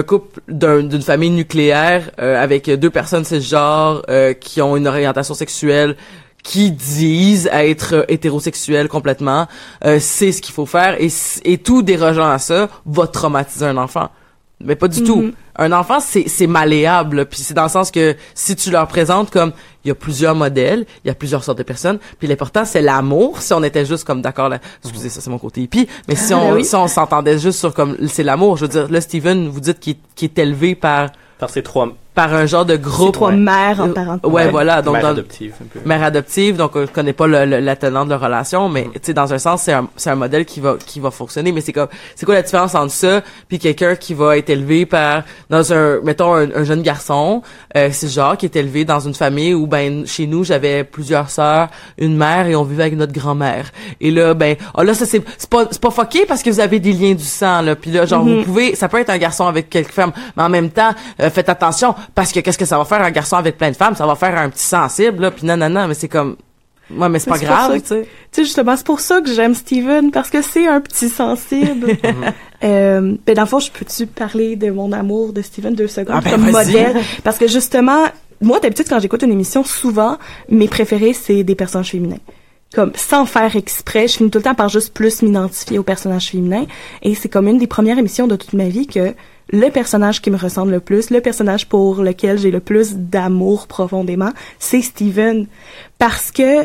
d'une famille nucléaire avec 2 personnes cisgenres qui ont une orientation sexuelle qui disent être hétérosexuels complètement, c'est ce qu'il faut faire et tout dérogeant à ça va traumatiser un enfant. Mais pas du tout. Un enfant, c'est malléable, puis c'est dans le sens que si tu leur présentes comme il y a plusieurs modèles, il y a plusieurs sortes de personnes, puis l'important c'est l'amour. Si on était juste comme d'accord là, excusez, ça c'est mon côté hippie, mais si on s'entendait juste sur comme c'est l'amour, je veux dire là Steven, vous dites qu'il est élevé par ces 3 par un genre de groupe. C'est 3 mères en parenthèse. Ouais, voilà. Donc, mère adoptive, un peu. Mère adoptive, donc, je connais pas la tenante de leur relation, mais, tu sais, dans un sens, c'est un modèle qui va fonctionner, mais c'est quoi la différence entre ça, puis quelqu'un qui va être élevé mettons, un jeune garçon, c'est genre, qui est élevé dans une famille où, ben, chez nous, j'avais plusieurs sœurs, une mère, et on vivait avec notre grand-mère. Et là, ben, là, ça, c'est pas fucké parce que vous avez des liens du sang, là. Puis là, genre, vous pouvez, ça peut être un garçon avec quelques femmes, mais en même temps, faites attention, parce que qu'est-ce que ça va faire un garçon avec plein de femmes? Ça va faire un petit sensible, là, pis non, mais c'est comme... Ouais, mais c'est pas grave, tu sais. Tu sais, justement, c'est pour ça que j'aime Steven, parce que c'est un petit sensible. Ben, dans le fond, je peux-tu parler de mon amour de Steven 2 secondes comme modèle? Parce que justement, moi, d'habitude, quand j'écoute une émission, souvent, mes préférés, c'est des personnages féminins. Comme, sans faire exprès, je finis tout le temps par juste plus m'identifier aux personnages féminins. Et c'est comme une des premières émissions de toute ma vie que le personnage qui me ressemble le plus, le personnage pour lequel j'ai le plus d'amour profondément, c'est Steven. Parce que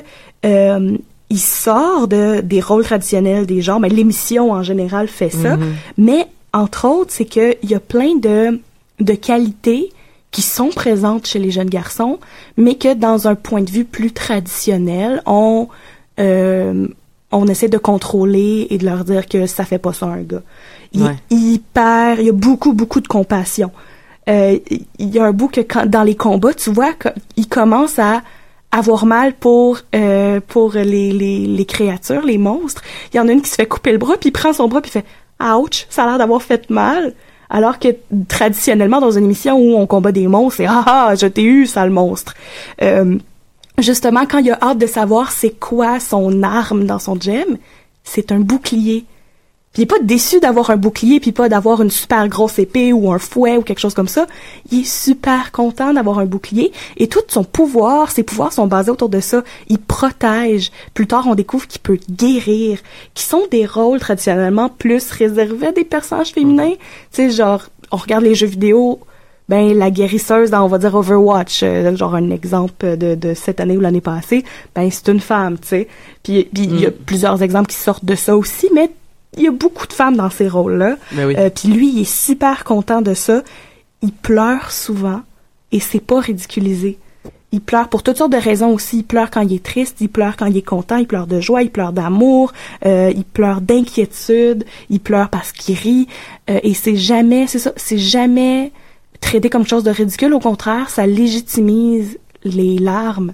il sort des rôles traditionnels des genres, mais l'émission en général fait ça. Mais entre autres, c'est que il y a plein de qualités qui sont présentes chez les jeunes garçons, mais que dans un point de vue plus traditionnel, on essaie de contrôler et de leur dire que ça fait pas ça un gars. Il y a beaucoup de compassion. Il y a un bout que dans les combats, tu vois, il commence à avoir mal pour les créatures, les monstres. Il y en a une qui se fait couper le bras, puis il prend son bras, puis il fait « Ouch! Ça a l'air d'avoir fait mal! » Alors que traditionnellement, dans une émission où on combat des monstres, c'est « Ah, je t'ai eu, sale monstre! » Justement, quand il a hâte de savoir c'est quoi son arme dans son gem, c'est un bouclier. Puis il est pas déçu d'avoir un bouclier, puis pas d'avoir une super grosse épée ou un fouet ou quelque chose comme ça. Il est super content d'avoir un bouclier. Et tout ses pouvoirs sont basés autour de ça. Il protège. Plus tard, on découvre qu'il peut guérir, qui sont des rôles traditionnellement plus réservés à des personnages féminins. Tu sais, genre, on regarde les jeux vidéo, ben la guérisseuse dans, on va dire, Overwatch, genre un exemple de cette année ou l'année passée, ben c'est une femme, tu sais. Puis il y a plusieurs exemples qui sortent de ça aussi, mais il y a beaucoup de femmes dans ces rôles-là. Ben oui. Puis lui, il est super content de ça. Il pleure souvent et c'est pas ridiculisé. Il pleure pour toutes sortes de raisons aussi. Il pleure quand il est triste, il pleure quand il est content, il pleure de joie, il pleure d'amour, il pleure d'inquiétude, il pleure parce qu'il rit. Et c'est jamais traité comme quelque chose de ridicule. Au contraire, ça légitimise les larmes.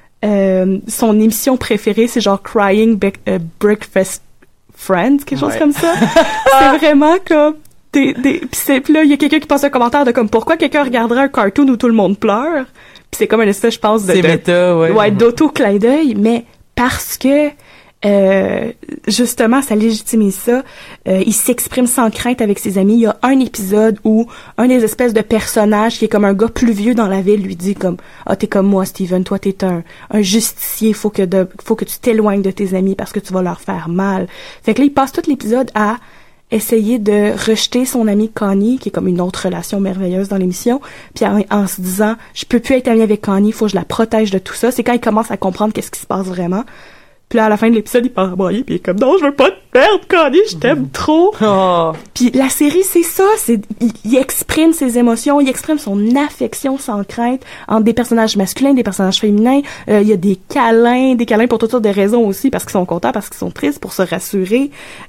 Son émission préférée, c'est genre Crying Breakfast Friends, quelque chose comme ça. C'est vraiment comme puis là il y a quelqu'un qui passe un commentaire de comme pourquoi quelqu'un regarderait un cartoon où tout le monde pleure. Puis c'est comme une espèce, je pense, c'est méta, d'auto-clin d'œil, mais parce que justement, ça légitimise ça. Il s'exprime sans crainte avec ses amis. Il y a un épisode où un des espèces de personnages qui est comme un gars plus vieux dans la ville lui dit comme « Ah, t'es comme moi, Steven, toi t'es un justicier, faut que tu t'éloignes de tes amis parce que tu vas leur faire mal. » Fait que là, il passe tout l'épisode à essayer de rejeter son ami Connie, qui est comme une autre relation merveilleuse dans l'émission, puis en se disant « Je peux plus être ami avec Connie, il faut que je la protège de tout ça. » C'est quand il commence à comprendre qu'est-ce qui se passe vraiment. Puis là, à la fin de l'épisode, il part à broyer, puis il est comme « Non, je veux pas te perdre, Connie, je t'aime trop! » Puis la série, c'est ça, il exprime ses émotions, il exprime son affection sans crainte entre des personnages masculins, des personnages féminins. Il y a des câlins pour toutes sortes de raisons aussi, parce qu'ils sont contents, parce qu'ils sont tristes, pour se rassurer.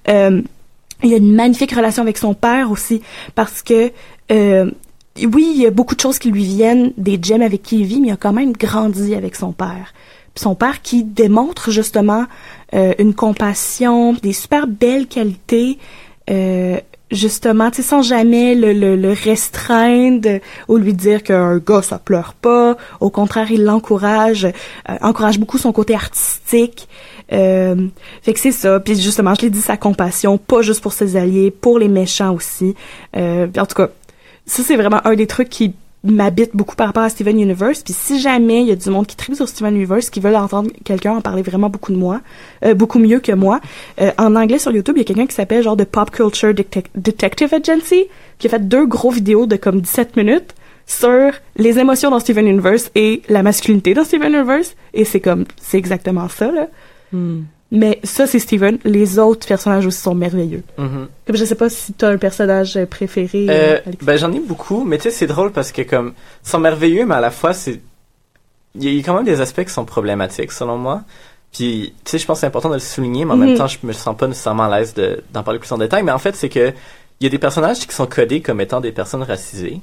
Il y a une magnifique relation avec son père aussi, parce que... oui, il y a beaucoup de choses qui lui viennent des gems avec qui il vit, mais il a quand même grandi avec son père. Son père qui démontre justement une compassion, des super belles qualités justement, tu sais, sans jamais le restreindre ou lui dire qu'un gars, ça pleure pas. Au contraire, il l'encourage, encourage beaucoup son côté artistique. Fait que c'est ça. Puis justement, je l'ai dit, sa compassion, pas juste pour ses alliés, pour les méchants aussi. Puis en tout cas, ça, c'est vraiment un des trucs qui m'habite beaucoup par rapport à Steven Universe. Puis si jamais il y a du monde qui tripe sur Steven Universe, qui veulent entendre quelqu'un en parler vraiment beaucoup mieux que moi, en anglais sur YouTube, il y a quelqu'un qui s'appelle genre The Pop Culture Detective Agency, qui a fait 2 gros vidéos de comme 17 minutes sur les émotions dans Steven Universe et la masculinité dans Steven Universe. Et c'est exactement ça, là. Mais ça, c'est Steven. Les autres personnages aussi sont merveilleux. Comme je sais pas si t'as un personnage préféré. J'en ai beaucoup, mais tu sais, c'est drôle parce que comme, ils sont merveilleux, mais à la fois, il y a quand même des aspects qui sont problématiques, selon moi. Puis, tu sais, je pense que c'est important de le souligner, mais en même temps, je me sens pas nécessairement à l'aise d'en parler plus en détail. Mais en fait, c'est que, il y a des personnages qui sont codés comme étant des personnes racisées.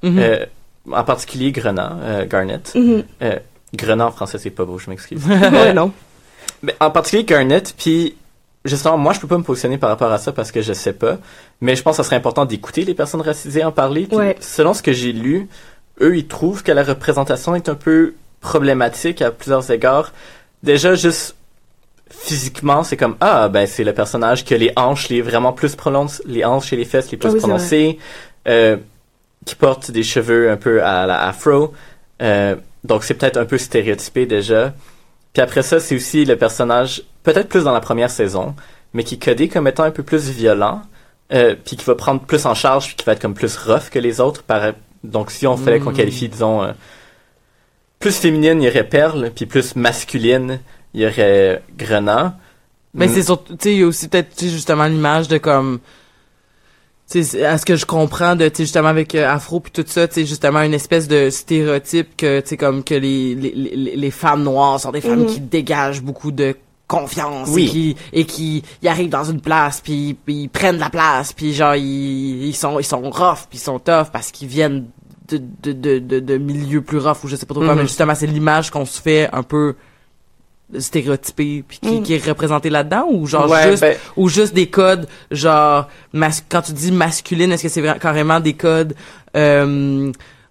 En particulier Grenat, Garnet. Grenat en français, c'est pas beau, je m'excuse. Ouais, non. Mais en particulier Garnet, puis justement, moi je peux pas me positionner par rapport à ça parce que je sais pas, mais je pense que ça serait important d'écouter les personnes racisées en parler. Puis selon ce que j'ai lu, eux ils trouvent que la représentation est un peu problématique à plusieurs égards. Déjà juste physiquement, c'est comme c'est le personnage qui a les hanches vraiment plus prononcées, les hanches et les fesses les plus prononcées, qui porte des cheveux un peu à la afro. Donc c'est peut-être un peu stéréotypé déjà. Puis après ça, c'est aussi le personnage, peut-être plus dans la première saison, mais qui est codé comme étant un peu plus violent, puis qui va prendre plus en charge, puis qui va être comme plus rough que les autres. Donc si on fallait qu'on qualifie, disons, plus féminine, il y aurait Perle, puis plus masculine, il y aurait Grenat. Mais c'est surtout, tu sais, il y a aussi peut-être justement l'image de comme... T'sais, à ce que je comprends de, justement avec Afro puis tout ça, justement une espèce de stéréotype que, comme que les femmes noires sont des femmes qui dégagent beaucoup de confiance et qui arrivent dans une place puis ils prennent la place puis genre ils sont rough puis ils sont tough parce qu'ils viennent de milieux plus rough ou je sais pas trop quoi, mais justement c'est l'image qu'on se fait un peu stéréotypé puis qui est représenté là-dedans ou genre ou juste des codes genre quand tu dis masculine, est-ce que c'est carrément des codes elle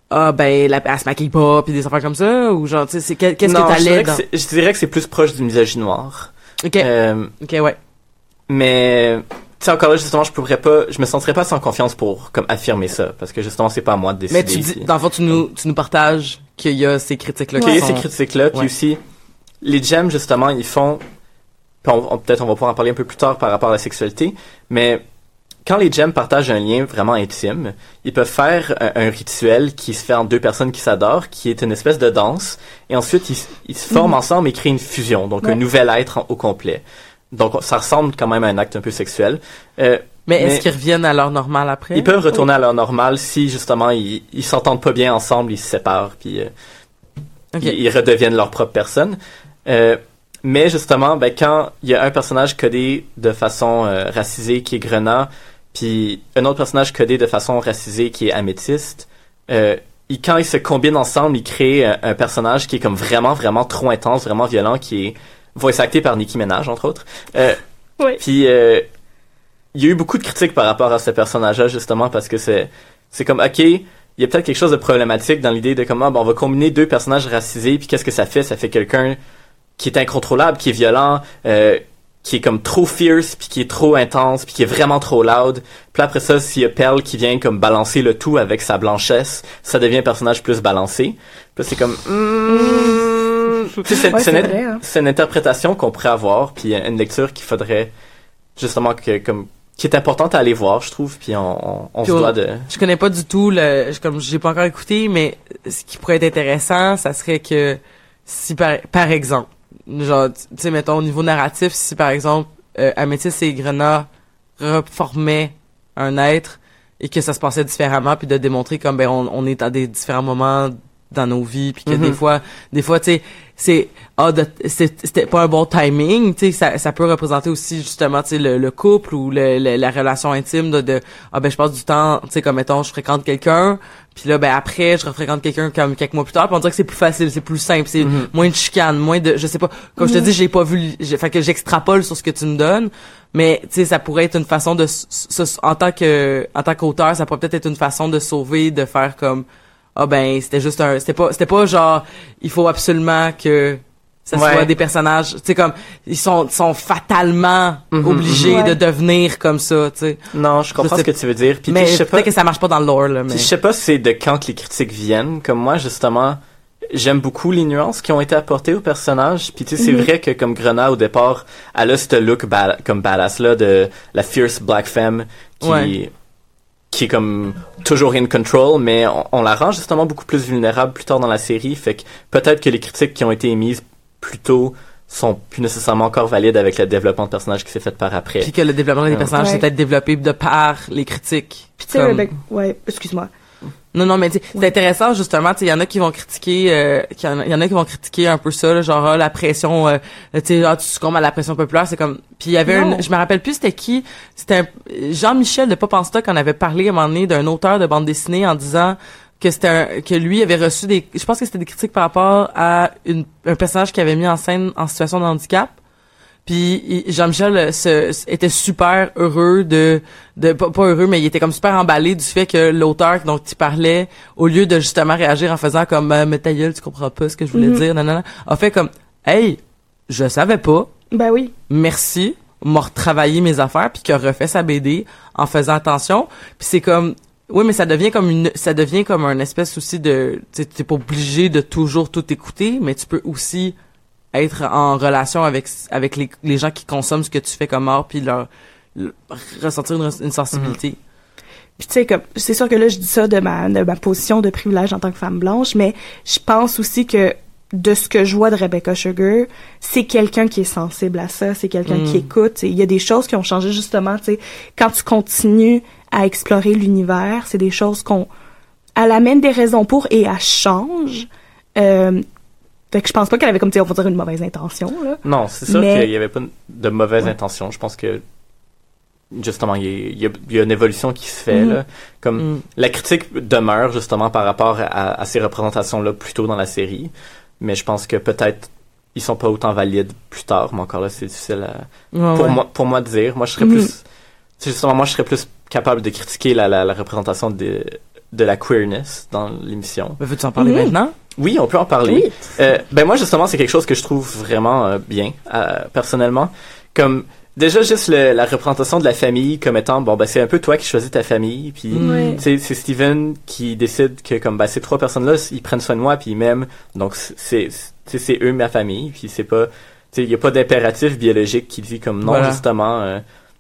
se maquille pas puis des affaires comme ça ou genre tu sais qu'est-ce que t'allais dans... je dirais que c'est plus proche du misogynie noire. OK ouais. Mais tu sais encore là justement je me sentirais pas sans confiance pour comme affirmer ça parce que justement c'est pas à moi de décider. Mais tu dis dans le fond tu nous partages qu'il y a ces critiques là ces critiques là puis aussi les gems, justement, ils font... Peut-être on va pouvoir en parler un peu plus tard par rapport à la sexualité, mais quand les gems partagent un lien vraiment intime, ils peuvent faire un rituel qui se fait entre 2 personnes qui s'adorent, qui est une espèce de danse, et ensuite ils se forment ensemble et créent une fusion, donc un nouvel être au complet. Donc ça ressemble quand même à un acte un peu sexuel. Mais est-ce qu'ils reviennent à leur normal après? Ils peuvent retourner à leur normal si, justement, ils s'entendent pas bien ensemble, ils se séparent, puis ils redeviennent leur propre personne. Mais justement, quand il y a un personnage codé de façon racisée qui est Grenat, puis un autre personnage codé de façon racisée qui est Améthyste, quand ils se combinent ensemble, ils créent un personnage qui est comme vraiment, vraiment trop intense, vraiment violent, qui est voice acté par Nicki Minaj, entre autres. Puis il y a eu beaucoup de critiques par rapport à ce personnage-là, justement, parce que c'est comme, OK, il y a peut-être quelque chose de problématique dans l'idée de comment on va combiner 2 personnages racisés, puis qu'est-ce que ça fait? Ça fait quelqu'un qui est incontrôlable, qui est violent, qui est comme trop fierce, puis qui est trop intense, puis qui est vraiment trop loud. Puis après ça, s'il y a Pearl qui vient comme balancer le tout avec sa blanchesse, ça devient un personnage plus balancé. Puis c'est comme... c'est une interprétation qu'on pourrait avoir, puis une lecture qu'il faudrait justement qui est importante à aller voir, je trouve, puis on se doit de... Je connais pas du tout comme j'ai pas encore écouté, mais ce qui pourrait être intéressant, ça serait que si par exemple, genre, tu sais, mettons, au niveau narratif, si par exemple, Améthyste et Grenat reformaient un être et que ça se passait différemment, puis de démontrer comme, on est à des différents moments dans nos vies, puis que des fois, tu sais, c'était pas un bon timing, tu sais, ça peut représenter aussi, justement, tu sais, le couple ou la relation intime je passe du temps, tu sais, comme, mettons, je fréquente quelqu'un, Puis là, ben après, je refréquente quelqu'un comme quelques mois plus tard, puis on dirait que c'est plus facile, c'est plus simple, c'est moins de chicane, moins de, je sais pas, comme je te dis, j'ai pas vu, fait que j'extrapole sur ce que tu me donnes, mais tu sais, ça pourrait être une façon de, en tant qu'auteur, ça pourrait peut-être être une façon de sauver, de faire comme, ah ben c'était juste c'était pas genre, il faut absolument que ça soit des personnages, tu sais, comme ils sont fatalement obligés de devenir comme ça, tu sais. Non, je comprends ce que tu veux dire. Puis mais je sais pas que ça marche pas dans le lore là. Mais je sais pas si c'est de quand que les critiques viennent. Comme moi, justement, j'aime beaucoup les nuances qui ont été apportées aux personnages. Puis tu sais, c'est vrai que comme Grenat au départ, elle a ce look comme badass là de la fierce black femme qui est comme toujours in control, mais on la rend justement beaucoup plus vulnérable plus tard dans la série. Fait que peut-être que les critiques qui ont été émises plus tôt sont plus nécessairement encore valides avec le développement de personnages qui s'est fait par après. Puis que le développement des personnages s'est peut-être développé de par les critiques. Puis tu sais, excuse-moi. Non, mais c'est intéressant justement, tu sais, il y en a qui vont critiquer, il y en a qui vont critiquer un peu ça, là, genre la pression, tu sais, tu succombes à la pression populaire, c'est comme, puis il y avait je me rappelle plus c'était qui, c'était Jean-Michel de Pop en Stock en avait parlé à un moment donné d'un auteur de bande dessinée en disant que que lui avait reçu je pense que c'était des critiques par rapport à un personnage qu'il avait mis en scène en situation de handicap. Puis Jean-Michel était super heureux pas heureux, mais il était comme super emballé du fait que l'auteur dont il parlait, au lieu de justement réagir en faisant comme mais ta gueule, tu comprends pas ce que je voulais dire, non, a fait comme hey, je savais pas. Ben oui. Merci, m'a retravaillé mes affaires puis qu'il a refait sa BD en faisant attention. Puis c'est comme oui, mais ça devient comme un espèce aussi de t'es pas obligé de toujours tout écouter, mais tu peux aussi être en relation avec les gens qui consomment ce que tu fais comme art puis leur ressentir une sensibilité. Puis tu sais comme c'est sûr que là je dis ça de ma position de privilège en tant que femme blanche, mais je pense aussi que de ce que je vois de Rebecca Sugar, c'est quelqu'un qui est sensible à ça, c'est quelqu'un qui écoute. Il y a des choses qui ont changé justement, tu sais, quand tu continues à explorer l'univers, c'est des choses elle amène des raisons pour et elle change. Fait que je pense pas qu'elle avait comme, tu sais, on va dire une mauvaise intention, là. Non, c'est sûr qu'il y avait pas de mauvaise intention. Je pense que justement, il y a une évolution qui se fait, là. Comme la critique demeure justement par rapport à ces représentations-là plus tôt dans la série. Mais je pense que peut-être ils sont pas autant valides plus tard, mais encore là, c'est difficile pour moi de dire. Moi, je serais plus, justement, moi, je serais plus capable de critiquer la représentation de la queerness dans l'émission. Mais veux-tu en parler maintenant? Oui, on peut en parler. Oui. Ben moi, justement, c'est quelque chose que je trouve vraiment bien, personnellement. Comme, déjà, juste la représentation de la famille comme étant, bon, ben c'est un peu toi qui choisis ta famille, puis c'est Steven qui décide que, comme, ben ces trois personnes-là, ils prennent soin de moi, puis ils m'aiment, donc c'est eux ma famille, puis c'est pas, tu sais, il y a pas d'impératif biologique qui dit comme, non, justement,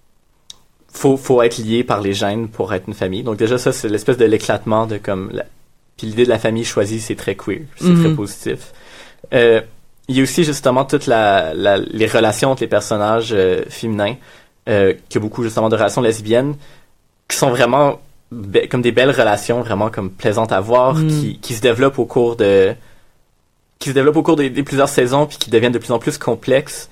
faut être lié par les gènes pour être une famille. Donc déjà, ça, c'est l'espèce de l'éclatement de, comme, puis l'idée de la famille choisie, c'est très queer, c'est très positif. Il y a aussi justement toutes les relations entre les personnages féminins, qu'il y a beaucoup justement de relations lesbiennes, qui sont vraiment comme des belles relations, vraiment comme plaisantes à voir, qui se développent au cours des plusieurs saisons, puis qui deviennent de plus en plus complexes.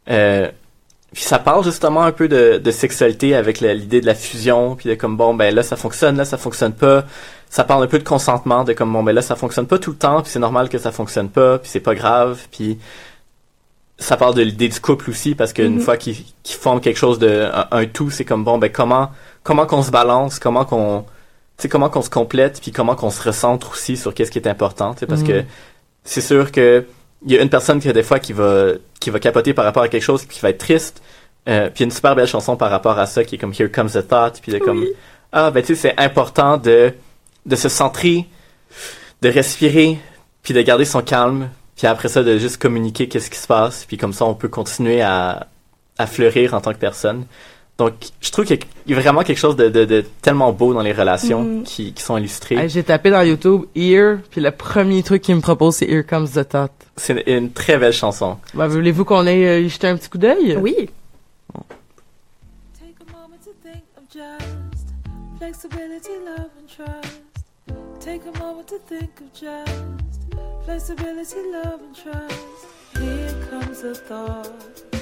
Puis ça parle justement un peu de sexualité avec l'idée de la fusion, puis de comme bon ben là ça fonctionne pas. Ça parle un peu de consentement, de comme bon ben là ça fonctionne pas tout le temps, puis c'est normal que ça fonctionne pas, puis c'est pas grave, puis ça parle de l'idée du couple aussi parce qu'une fois qu'ils forment quelque chose un tout, c'est comme bon ben comment qu'on se balance, comment qu'on se complète, puis comment qu'on se recentre aussi sur qu'est-ce qui est important, tu sais, parce que c'est sûr que il y a une personne qui des fois qui va capoter par rapport à quelque chose puis qui va être triste. Puis il y a une super belle chanson par rapport à ça qui est comme Here Comes the Thought, puis de comme ben tu sais c'est important de se centrer, de respirer, puis de garder son calme, puis après ça de juste communiquer qu'est-ce qui se passe, puis comme ça on peut continuer à fleurir en tant que personne. Donc, je trouve qu'il y a vraiment quelque chose de tellement beau dans les relations qui sont illustrées. J'ai tapé dans YouTube « Ear », puis le premier truc qu'il me propose, c'est « Here Comes the Thought ». C'est une très belle chanson. Ben, voulez-vous qu'on aille y jeter un petit coup d'œil? Oui. Bon. Take a moment to think of just flexibility, love and trust. Take a moment to think of just flexibility, love and trust. Here comes a thought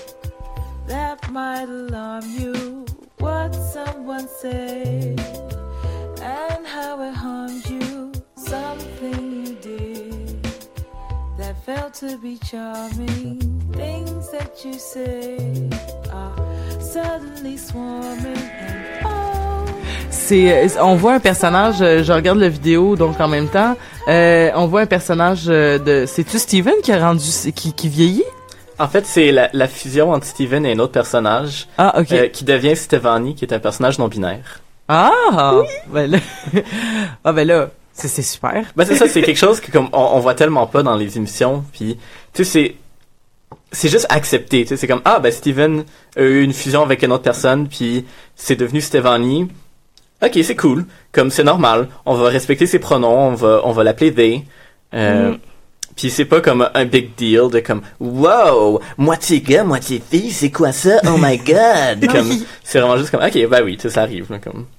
that might alarm you, what someone said and how it harms you. out to be charming. Things that you say are suddenly swarming and on voit un personnage, je regarde la vidéo donc en même temps, on voit un personnage c'est-tu Steven qui a rendu, qui vieillit? En fait, c'est la fusion entre Steven et un autre personnage. Ah, ok. Qui devient Stevanie, qui est un personnage non-binaire. Ah! Oui. Ben là, c'est super. Ben c'est ça, c'est quelque chose que comme on voit tellement pas dans les émissions, puis tu sais c'est juste accepté, tu sais, c'est comme ben Steven a eu une fusion avec une autre personne, puis c'est devenu Stevanie. Ok, c'est cool. Comme c'est normal, on va respecter ses pronoms, on va l'appeler they. Puis c'est pas comme un big deal de comme wow, moitié gars, moitié fille, c'est quoi ça? Oh my god. Comme c'est vraiment juste comme ok, ben oui, ça arrive là, comme.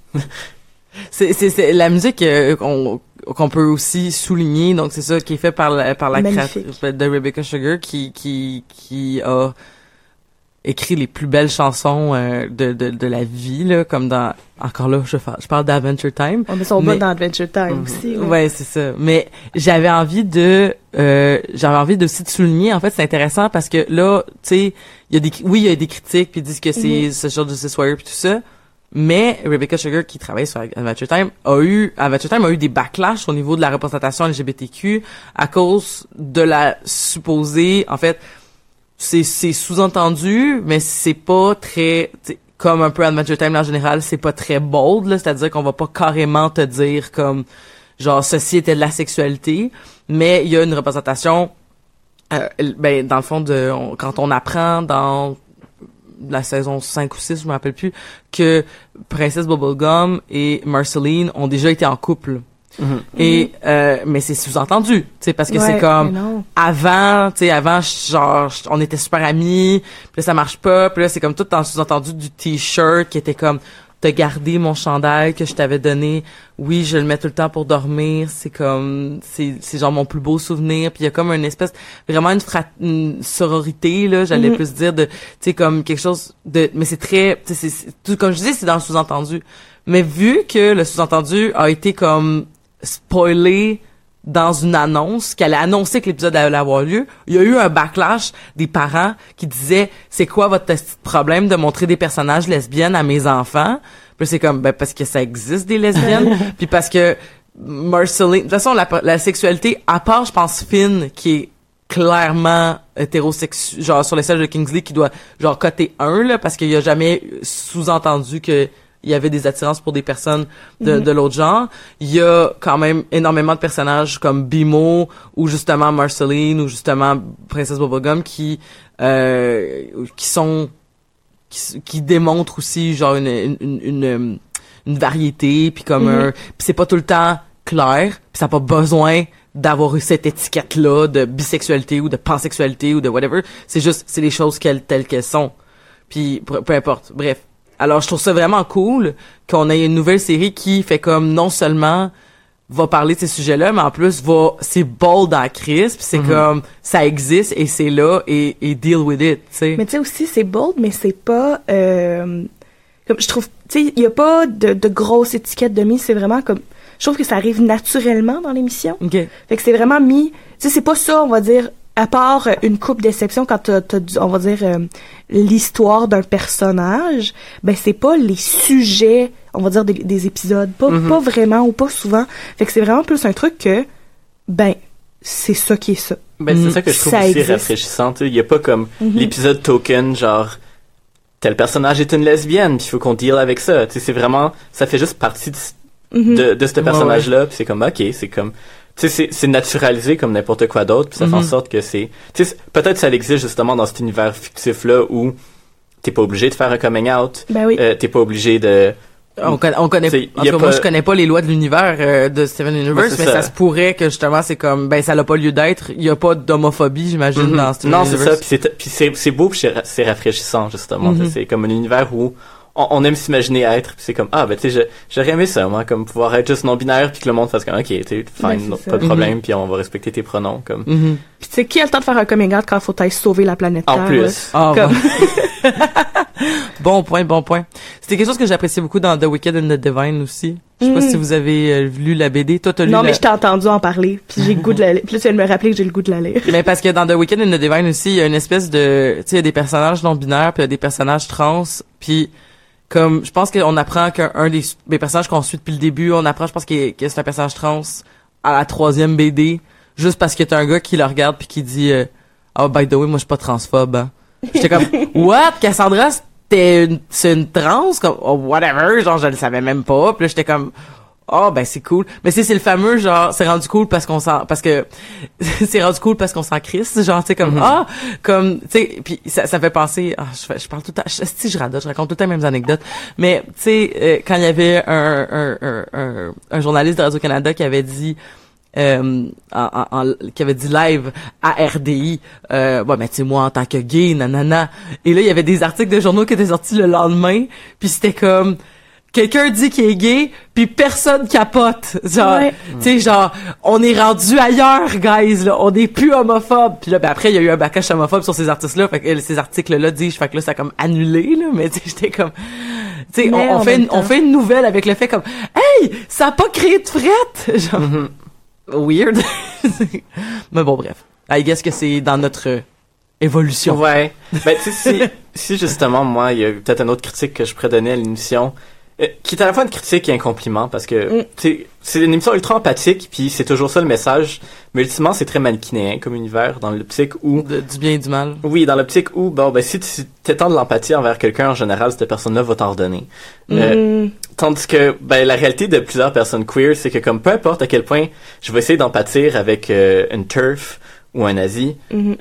c'est la musique qu'on peut aussi souligner, donc c'est ça qui est fait par la créatrice de Rebecca Sugar qui a écrit les plus belles chansons de la vie là, comme dans encore là je parle d'Adventure Time. On met son bas dans Adventure Time aussi. Ouais, c'est ça. Mais j'avais envie aussi de souligner, en fait, c'est intéressant parce que là, tu sais, il y a des critiques puis ils disent que c'est ce genre de Justice Warrior puis tout ça. Mais Rebecca Sugar, qui travaille sur Adventure Time, a eu des backlash au niveau de la représentation LGBTQ à cause de la supposée, en fait, c'est sous-entendu, mais c'est pas très, comme un peu Adventure Time en général, c'est pas très bold, là, c'est-à-dire qu'on va pas carrément te dire comme, genre, ceci était de la sexualité, mais il y a une représentation, dans le fond, quand on apprend dans la saison 5 ou 6, je me rappelle plus, que Princess Bubblegum et Marceline ont déjà été en couple. Et mais c'est sous-entendu, tu sais, parce que c'est comme avant, genre on était super amis, puis là ça marche pas, puis là c'est comme tout dans le sous-entendu du t-shirt qui était comme t'as gardé mon chandail que je t'avais donné, oui, je le mets tout le temps pour dormir, c'est comme c'est genre mon plus beau souvenir, puis il y a comme une espèce vraiment une sororité là, j'allais plus dire de tu sais comme quelque chose de mais c'est très tu sais c'est comme je dis c'est dans le sous-entendu. Mais vu que le sous-entendu a été comme spoilé dans une annonce, qu'elle a annoncé que l'épisode allait avoir lieu, il y a eu un backlash des parents qui disaient « C'est quoi votre problème de montrer des personnages lesbiennes à mes enfants? » Puis c'est comme, parce que ça existe des lesbiennes, puis parce que Marceline... De toute façon, la sexualité, à part, je pense, Finn, qui est clairement hétérosexuel, genre sur les sièges de Kingsley, qui doit, genre, coter 1, là, parce qu'il y a jamais sous-entendu que il y avait des attirances pour des personnes de l'autre genre. Il y a quand même énormément de personnages comme Bimo ou justement Marceline ou justement Princess Bubblegum qui démontrent aussi genre une variété puis comme puis c'est pas tout le temps clair, puis ça n'a pas besoin d'avoir eu cette étiquette là de bisexualité ou de pansexualité ou de whatever, c'est les choses telles qu'elles sont. Puis peu importe. Bref. Alors, je trouve ça vraiment cool qu'on ait une nouvelle série qui fait comme non seulement va parler de ces sujets-là, mais en plus c'est bold en crise, puis c'est comme ça existe et c'est là et deal with it, tu sais. Mais tu sais aussi c'est bold, mais c'est pas comme je trouve, tu sais, il y a pas de grosses étiquettes de mise, c'est vraiment comme je trouve que ça arrive naturellement dans l'émission. Okay. Fait que c'est vraiment mis, tu sais, c'est pas ça, on va dire. À part une couple d'exceptions quand t'as on va dire l'histoire d'un personnage, ben c'est pas les sujets, on va dire des épisodes, pas vraiment ou pas souvent. Fait que c'est vraiment plus un truc que ben c'est ça qui est ça. Ben c'est ça que je trouve aussi rafraîchissant, il y a pas comme l'épisode token genre tel personnage est une lesbienne, puis il faut qu'on deal avec ça. Tu sais c'est vraiment ça fait juste partie de ce personnage là, puis c'est comme OK, c'est comme tu sais c'est naturalisé comme n'importe quoi d'autre, puis ça fait en sorte que c'est tu sais peut-être ça existe justement dans cet univers fictif là où t'es pas obligé de faire un coming out, t'es pas obligé de on connaît en tout cas, moi je connais pas les lois de l'univers de Steven Universe, mais ça se pourrait que justement c'est comme ben ça n'a pas lieu d'être, il y a pas d'homophobie j'imagine dans Steven Universe. Non, c'est ça, puis c'est beau, puis c'est rafraîchissant justement, c'est comme un univers où on aime s'imaginer être, puis c'est comme ben tu sais j'aurais aimé ça moi, comme pouvoir être juste non binaire puis que le monde fasse comme OK, tu sais fine, pas de problème, puis on va respecter tes pronoms comme. Puis tu sais qui a le temps de faire un coming out quand faut aller sauver la planète Terre. En plus. Comme... bon point. C'était quelque chose que j'appréciais beaucoup dans The Wicked and the Divine aussi. Je sais pas si vous avez lu la BD. Toi, t'as lu Non, mais je t'ai entendu en parler, puis j'ai le goût de la lire. Puis là, tu viens de me rappeler que j'ai le goût de la lire. Mais parce que dans The Weeknd in the Divine aussi, il y a une espèce de... Tu sais, il y a des personnages non-binaires, puis il y a des personnages trans, puis comme... Je pense qu'on apprend qu'un des personnages qu'on suit depuis le début, on apprend, je pense que c'est un personnage trans à la 3e BD, juste parce que t'as un gars qui le regarde puis qui dit « Oh, by the way, moi, je suis pas transphobe, hein. » J'étais comme « What? Cassandra, c'est une trans? » Comme « Oh, whatever. » Genre, je le savais même pas. Puis là, j'étais comme « Oh, ben, c'est cool. » Mais c'est le fameux, genre, c'est rendu cool parce qu'on s'en crisse. Genre, tu sais, comme comme, tu sais, puis ça fait penser, je parle tout le temps, si je radote, je raconte tout le temps les mêmes anecdotes. Mais, tu sais, quand il y avait un journaliste de Radio-Canada qui avait dit, qui avait dit live à RDI bon ben tu sais moi en tant que gay nanana, et là il y avait des articles de journaux qui étaient sortis le lendemain, puis c'était comme quelqu'un dit qu'il est gay puis personne capote, genre tu sais, genre on est rendu ailleurs guys là, on n'est plus homophobe. Puis là ben après il y a eu un backlash homophobe sur ces artistes là, fait que ces articles là disent, fait que là ça a comme annulé là, mais tu sais j'étais comme tu sais on fait une nouvelle avec le fait comme hey ça a pas créé de frette, genre weird. Mais bon, bref. I guess que c'est dans notre évolution. Ouais. Ben, tu sais, si justement, moi, il y a peut-être une autre critique que je pourrais donner à l'émission, qui est à la fois une critique et un compliment, parce que, c'est une émission ultra empathique, puis c'est toujours ça le message, mais ultimement, c'est très manichéen comme univers, dans l'optique où... du bien et du mal. Oui, dans l'optique où, bon, ben, si tu t'étends de l'empathie envers quelqu'un, en général, cette personne-là va t'en redonner. Tandis que, ben, la réalité de plusieurs personnes queer, c'est que comme peu importe à quel point je vais essayer d'empathir avec une TERF ou un nazi,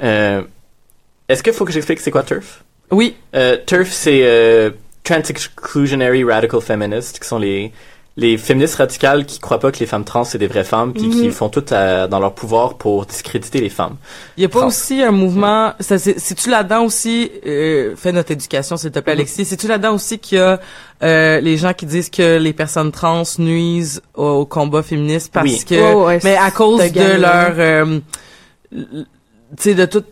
est-ce qu'il faut que j'explique c'est quoi TERF? Oui. TERF, c'est Trans-Exclusionary Radical Feminists, qui sont les féministes radicales qui croient pas que les femmes trans c'est des vraies femmes, puis qui font tout dans leur pouvoir pour discréditer les femmes. Il y a pas aussi un mouvement, c'est-tu là-dedans aussi, fais notre éducation s'il te plaît Alexis, c'est-tu là-dedans aussi qu'il y a les gens qui disent que les personnes trans nuisent au combat féministe parce que mais à cause de leur tu sais de tout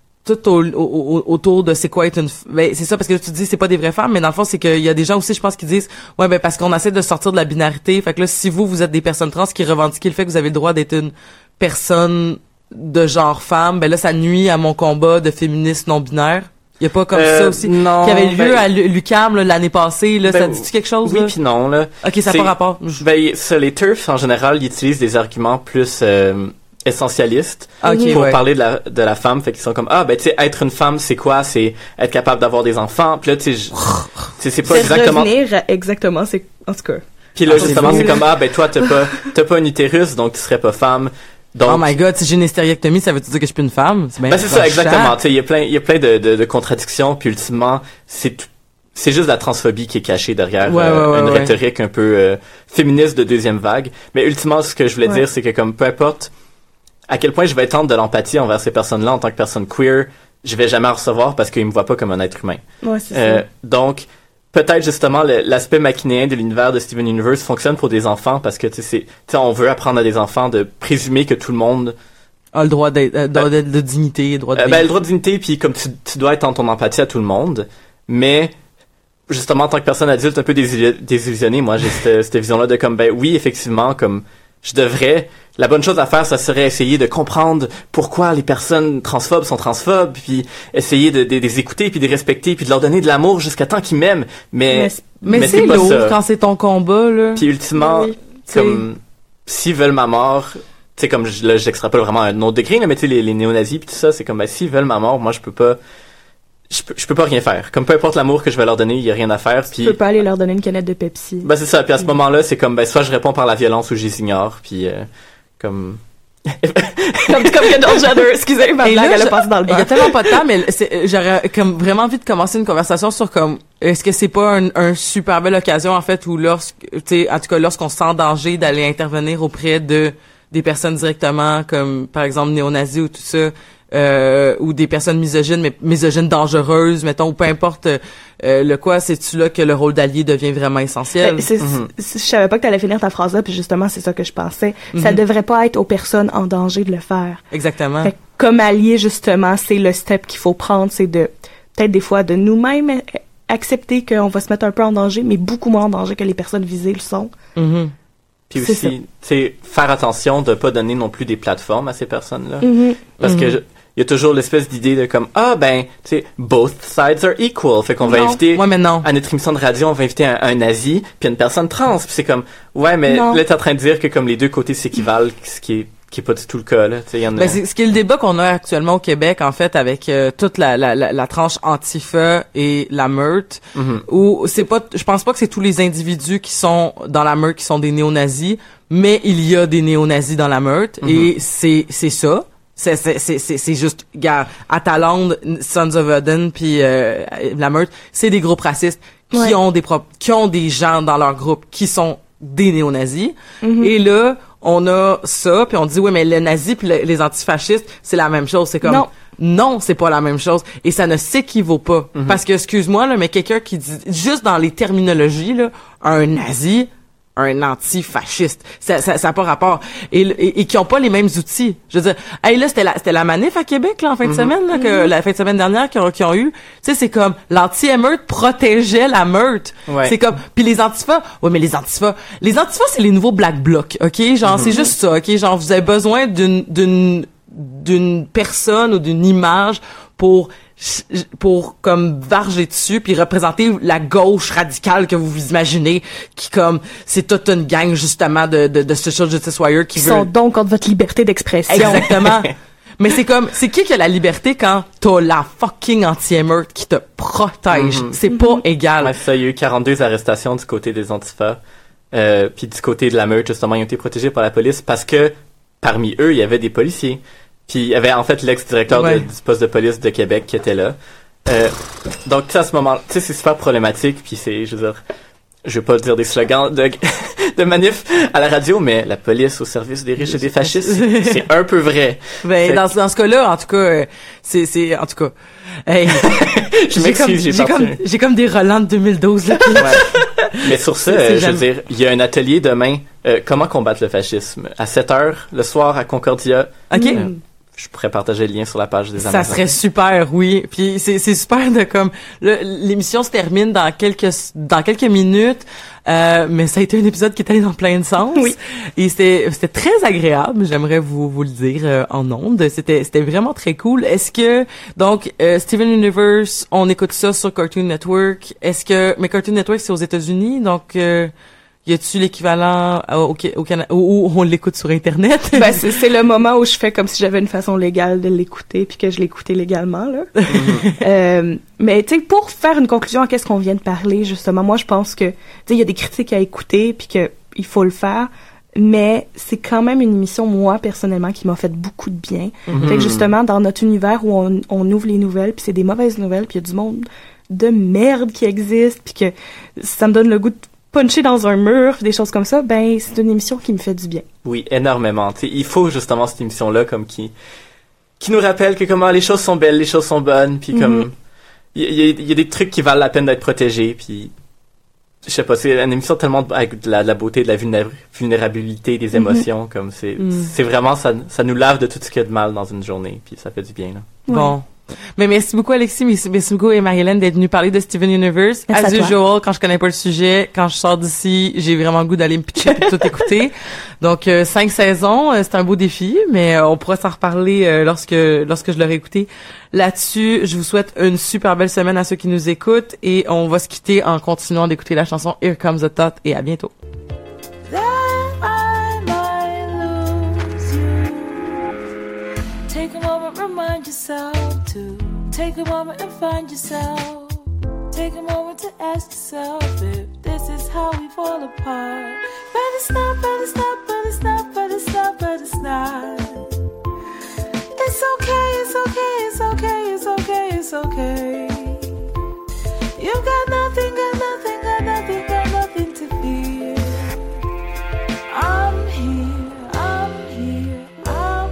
autour de c'est quoi être une ben c'est ça, parce que tu dis c'est pas des vraies femmes, mais dans le fond c'est qu'il y a des gens aussi je pense qui disent ouais ben parce qu'on essaie de sortir de la binarité, fait que là si vous êtes des personnes trans qui revendiquent le fait que vous avez le droit d'être une personne de genre femme, ben là ça nuit à mon combat de féministe non binaire. Il y a pas comme ça aussi non, qui avait lieu à l'UQAM l'année passée là, ça dit-tu quelque chose oui là? Puis non là. OK, ça n'a pas rapport. Ben les TERFs en général ils utilisent des arguments plus essentialistes pour parler de la femme, fait qu'ils sont comme ben tu sais être une femme c'est quoi, c'est être capable d'avoir des enfants, puis là tu sais c'est pas exactement revenir exactement, c'est en tout cas puis là justement c'est comme ben toi t'as pas un utérus donc tu serais pas femme, donc oh my god, si j'ai une hystérectomie ça veut dire que je suis plus une femme? C'est ça exactement, tu sais il y a plein de contradictions, puis ultimement c'est juste la transphobie qui est cachée derrière une rhétorique un peu féministe de deuxième vague, mais ultimement ce que je voulais dire c'est que comme peu importe à quel point je vais tendre de l'empathie envers ces personnes-là en tant que personne queer, je vais jamais en recevoir parce qu'ils me voient pas comme un être humain. Ouais, c'est ça. Donc, peut-être justement l'aspect machinéen de l'univers de Steven Universe fonctionne pour des enfants parce que tu sais on veut apprendre à des enfants de présumer que tout le monde a le droit de dignité, le droit de le droit de dignité, puis comme tu dois être en ton empathie à tout le monde, mais justement en tant que personne adulte un peu désillusionnée, moi j'ai cette vision-là de comme ben oui effectivement comme la bonne chose à faire, ça serait essayer de comprendre pourquoi les personnes transphobes sont transphobes, puis essayer de les écouter, puis de les respecter, puis de leur donner de l'amour jusqu'à temps qu'ils m'aiment. Mais c'est pas lourd ça. Quand c'est ton combat, là. Puis ultimement, comme s'ils veulent ma mort, tu sais comme là j'extrapole vraiment à un autre degré, là, mais tu sais les néo-nazis puis tout ça, c'est comme ben s'ils veulent ma mort, moi je peux pas rien faire. Comme peu importe l'amour que je vais leur donner, il y a rien à faire. Tu peux pas aller leur donner une canette de Pepsi. Ben c'est ça. Puis à ce moment-là, c'est comme ben soit je réponds par la violence ou je les ignore. Puis comme Kendall Jenner, excusez ma blague, elle a passé dans le bar. Il y a tellement pas de temps, mais j'aurais comme vraiment envie de commencer une conversation sur comme est-ce que c'est pas un super belle occasion en fait où lorsqu'on se sent en danger d'aller intervenir auprès de des personnes directement comme par exemple néo-nazis ou tout ça. Ou des personnes misogynes, mais misogynes dangereuses, mettons, ou peu importe le quoi, c'est-tu là que le rôle d'allié devient vraiment essentiel? Je savais pas que t'allais finir ta phrase là, puis justement, c'est ça que je pensais. Ça devrait pas être aux personnes en danger de le faire. Exactement. Fait que, comme allié, justement, c'est le step qu'il faut prendre, c'est de, peut-être des fois, de nous-mêmes accepter qu'on va se mettre un peu en danger, mais beaucoup moins en danger que les personnes visées le sont. Mm-hmm. Puis aussi, c'est faire attention de pas donner non plus des plateformes à ces personnes-là. Parce que il y a toujours l'espèce d'idée de comme, tu sais, both sides are equal. Fait qu'on va inviter, à notre émission de radio, on va inviter un nazi, puis une personne trans. Puis c'est comme, mais là, t'es en train de dire que comme les deux côtés s'équivalent, ce qui est pas du tout le cas, là. Tu sais, c'est ce qui est le débat qu'on a actuellement au Québec, en fait, avec toute la tranche Antifa et la meute, où je pense pas que c'est tous les individus qui sont dans la meute qui sont des néo-nazis, mais il y a des néo-nazis dans la meute, et c'est ça. C'est juste, gars, Atalande, Sons of Odin, puis la meute, c'est des groupes racistes qui ont des gens dans leur groupe qui sont des néo-nazis. Et là, on a ça, puis on dit mais le nazi puis les antifascistes, c'est la même chose. C'est comme non, c'est pas la même chose, et ça ne s'équivaut pas. Parce que excuse-moi là, mais quelqu'un qui dit juste dans les terminologies là, un nazi, un antifasciste, ça a pas rapport, et qui ont pas les mêmes outils. Je veux dire, là c'était la manif à Québec là en fin de semaine là, que la fin de semaine dernière qui ont eu, tu sais, c'est comme l'anti-émeute protégeait la meute. C'est comme, puis les antifas, mais les antifas c'est les nouveaux black blocs, OK, genre c'est juste ça, OK, genre vous avez besoin d'une personne ou d'une image pour comme varger dessus puis représenter la gauche radicale que vous imaginez, qui comme c'est toute une gang justement de Social Justice Warriors qui sont donc contre votre liberté d'expression. Exactement. Mais c'est comme, c'est qui a la liberté quand t'as la fucking anti-émeute qui te protège? C'est pas égal. Ouais, ça, il y a eu 42 arrestations du côté des antifas, puis du côté de la meute, justement, ils ont été protégés par la police parce que parmi eux, il y avait des policiers. Puis il y avait en fait l'ex-directeur du poste de police de Québec qui était là. Donc à ce moment, tu sais, c'est super problématique. Puis c'est, je veux dire, je vais pas dire des slogans de manif à la radio, mais la police au service des riches et des fascistes, c'est un peu vrai. Ben dans ce cas-là, en tout cas, c'est en tout cas. Hey, je m'excuse, j'ai comme des relents de 2012 là. Mais sur ça, je veux dire, il y a un atelier demain. Comment combattre le fascisme à 7h le soir à Concordia. OK. Je pourrais partager le lien sur la page des Amazones. Ça serait super, oui. Puis c'est super de comme l'émission se termine dans quelques minutes, mais ça a été un épisode qui est allé dans plein de sens. Oui. Et c'était très agréable. J'aimerais vous le dire en ondes. C'était vraiment très cool. Est-ce que donc Steven Universe, on écoute ça sur Cartoon Network. Mais Cartoon Network c'est aux États-Unis, donc y a-tu l'équivalent au Canada où on l'écoute sur Internet? Ben, c'est le moment où je fais comme si j'avais une façon légale de l'écouter puis que je l'écoutais légalement, là. Mais, tu sais, pour faire une conclusion à qu'est-ce qu'on vient de parler, justement, moi, je pense que, tu sais, il y a des critiques à écouter puis que il faut le faire. Mais c'est quand même une émission, moi, personnellement, qui m'a fait beaucoup de bien. Fait que, justement, dans notre univers où on ouvre les nouvelles puis c'est des mauvaises nouvelles puis il y a du monde de merde qui existe puis que ça me donne le goût de puncher dans un mur, des choses comme ça, ben c'est une émission qui me fait du bien. Oui, énormément. Tu sais, il faut justement cette émission-là comme qui nous rappelle que comment les choses sont belles, les choses sont bonnes, puis comme il y a des trucs qui valent la peine d'être protégés, puis je sais pas, c'est une émission tellement avec de la beauté, de la vulnérabilité, des émotions, comme c'est vraiment ça nous lave de tout ce qu'il y a de mal dans une journée, puis ça fait du bien là. Bon. Mais merci beaucoup Alexis, merci beaucoup et Marie-Hélène d'être venus parler de Steven Universe. As usual, quand je connais pas le sujet, quand je sors d'ici, j'ai vraiment le goût d'aller me pitcher et tout écouter. Donc 5 saisons, c'est un beau défi, mais on pourra s'en reparler lorsque je l'aurai écouté. Là-dessus, je vous souhaite une super belle semaine à ceux qui nous écoutent et on va se quitter en continuant d'écouter la chanson Here Comes the Thought et à bientôt. Remind yourself to take a moment and find yourself. Take a moment to ask yourself if this is how we fall apart. But it's not, but it's not, but it's not, but it's not, but it's not. It's okay, it's okay, it's okay, it's okay, it's okay. You've got nothing, got nothing, got nothing, got nothing to fear. I'm here, I'm here, I'm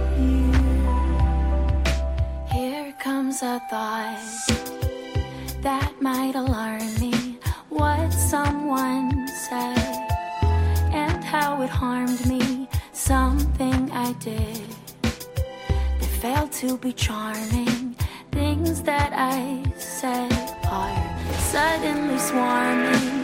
here. Here comes a thought that might alarm me. What someone said and how it harmed me. Something I did that failed to be charming. Things that I said are suddenly swarming.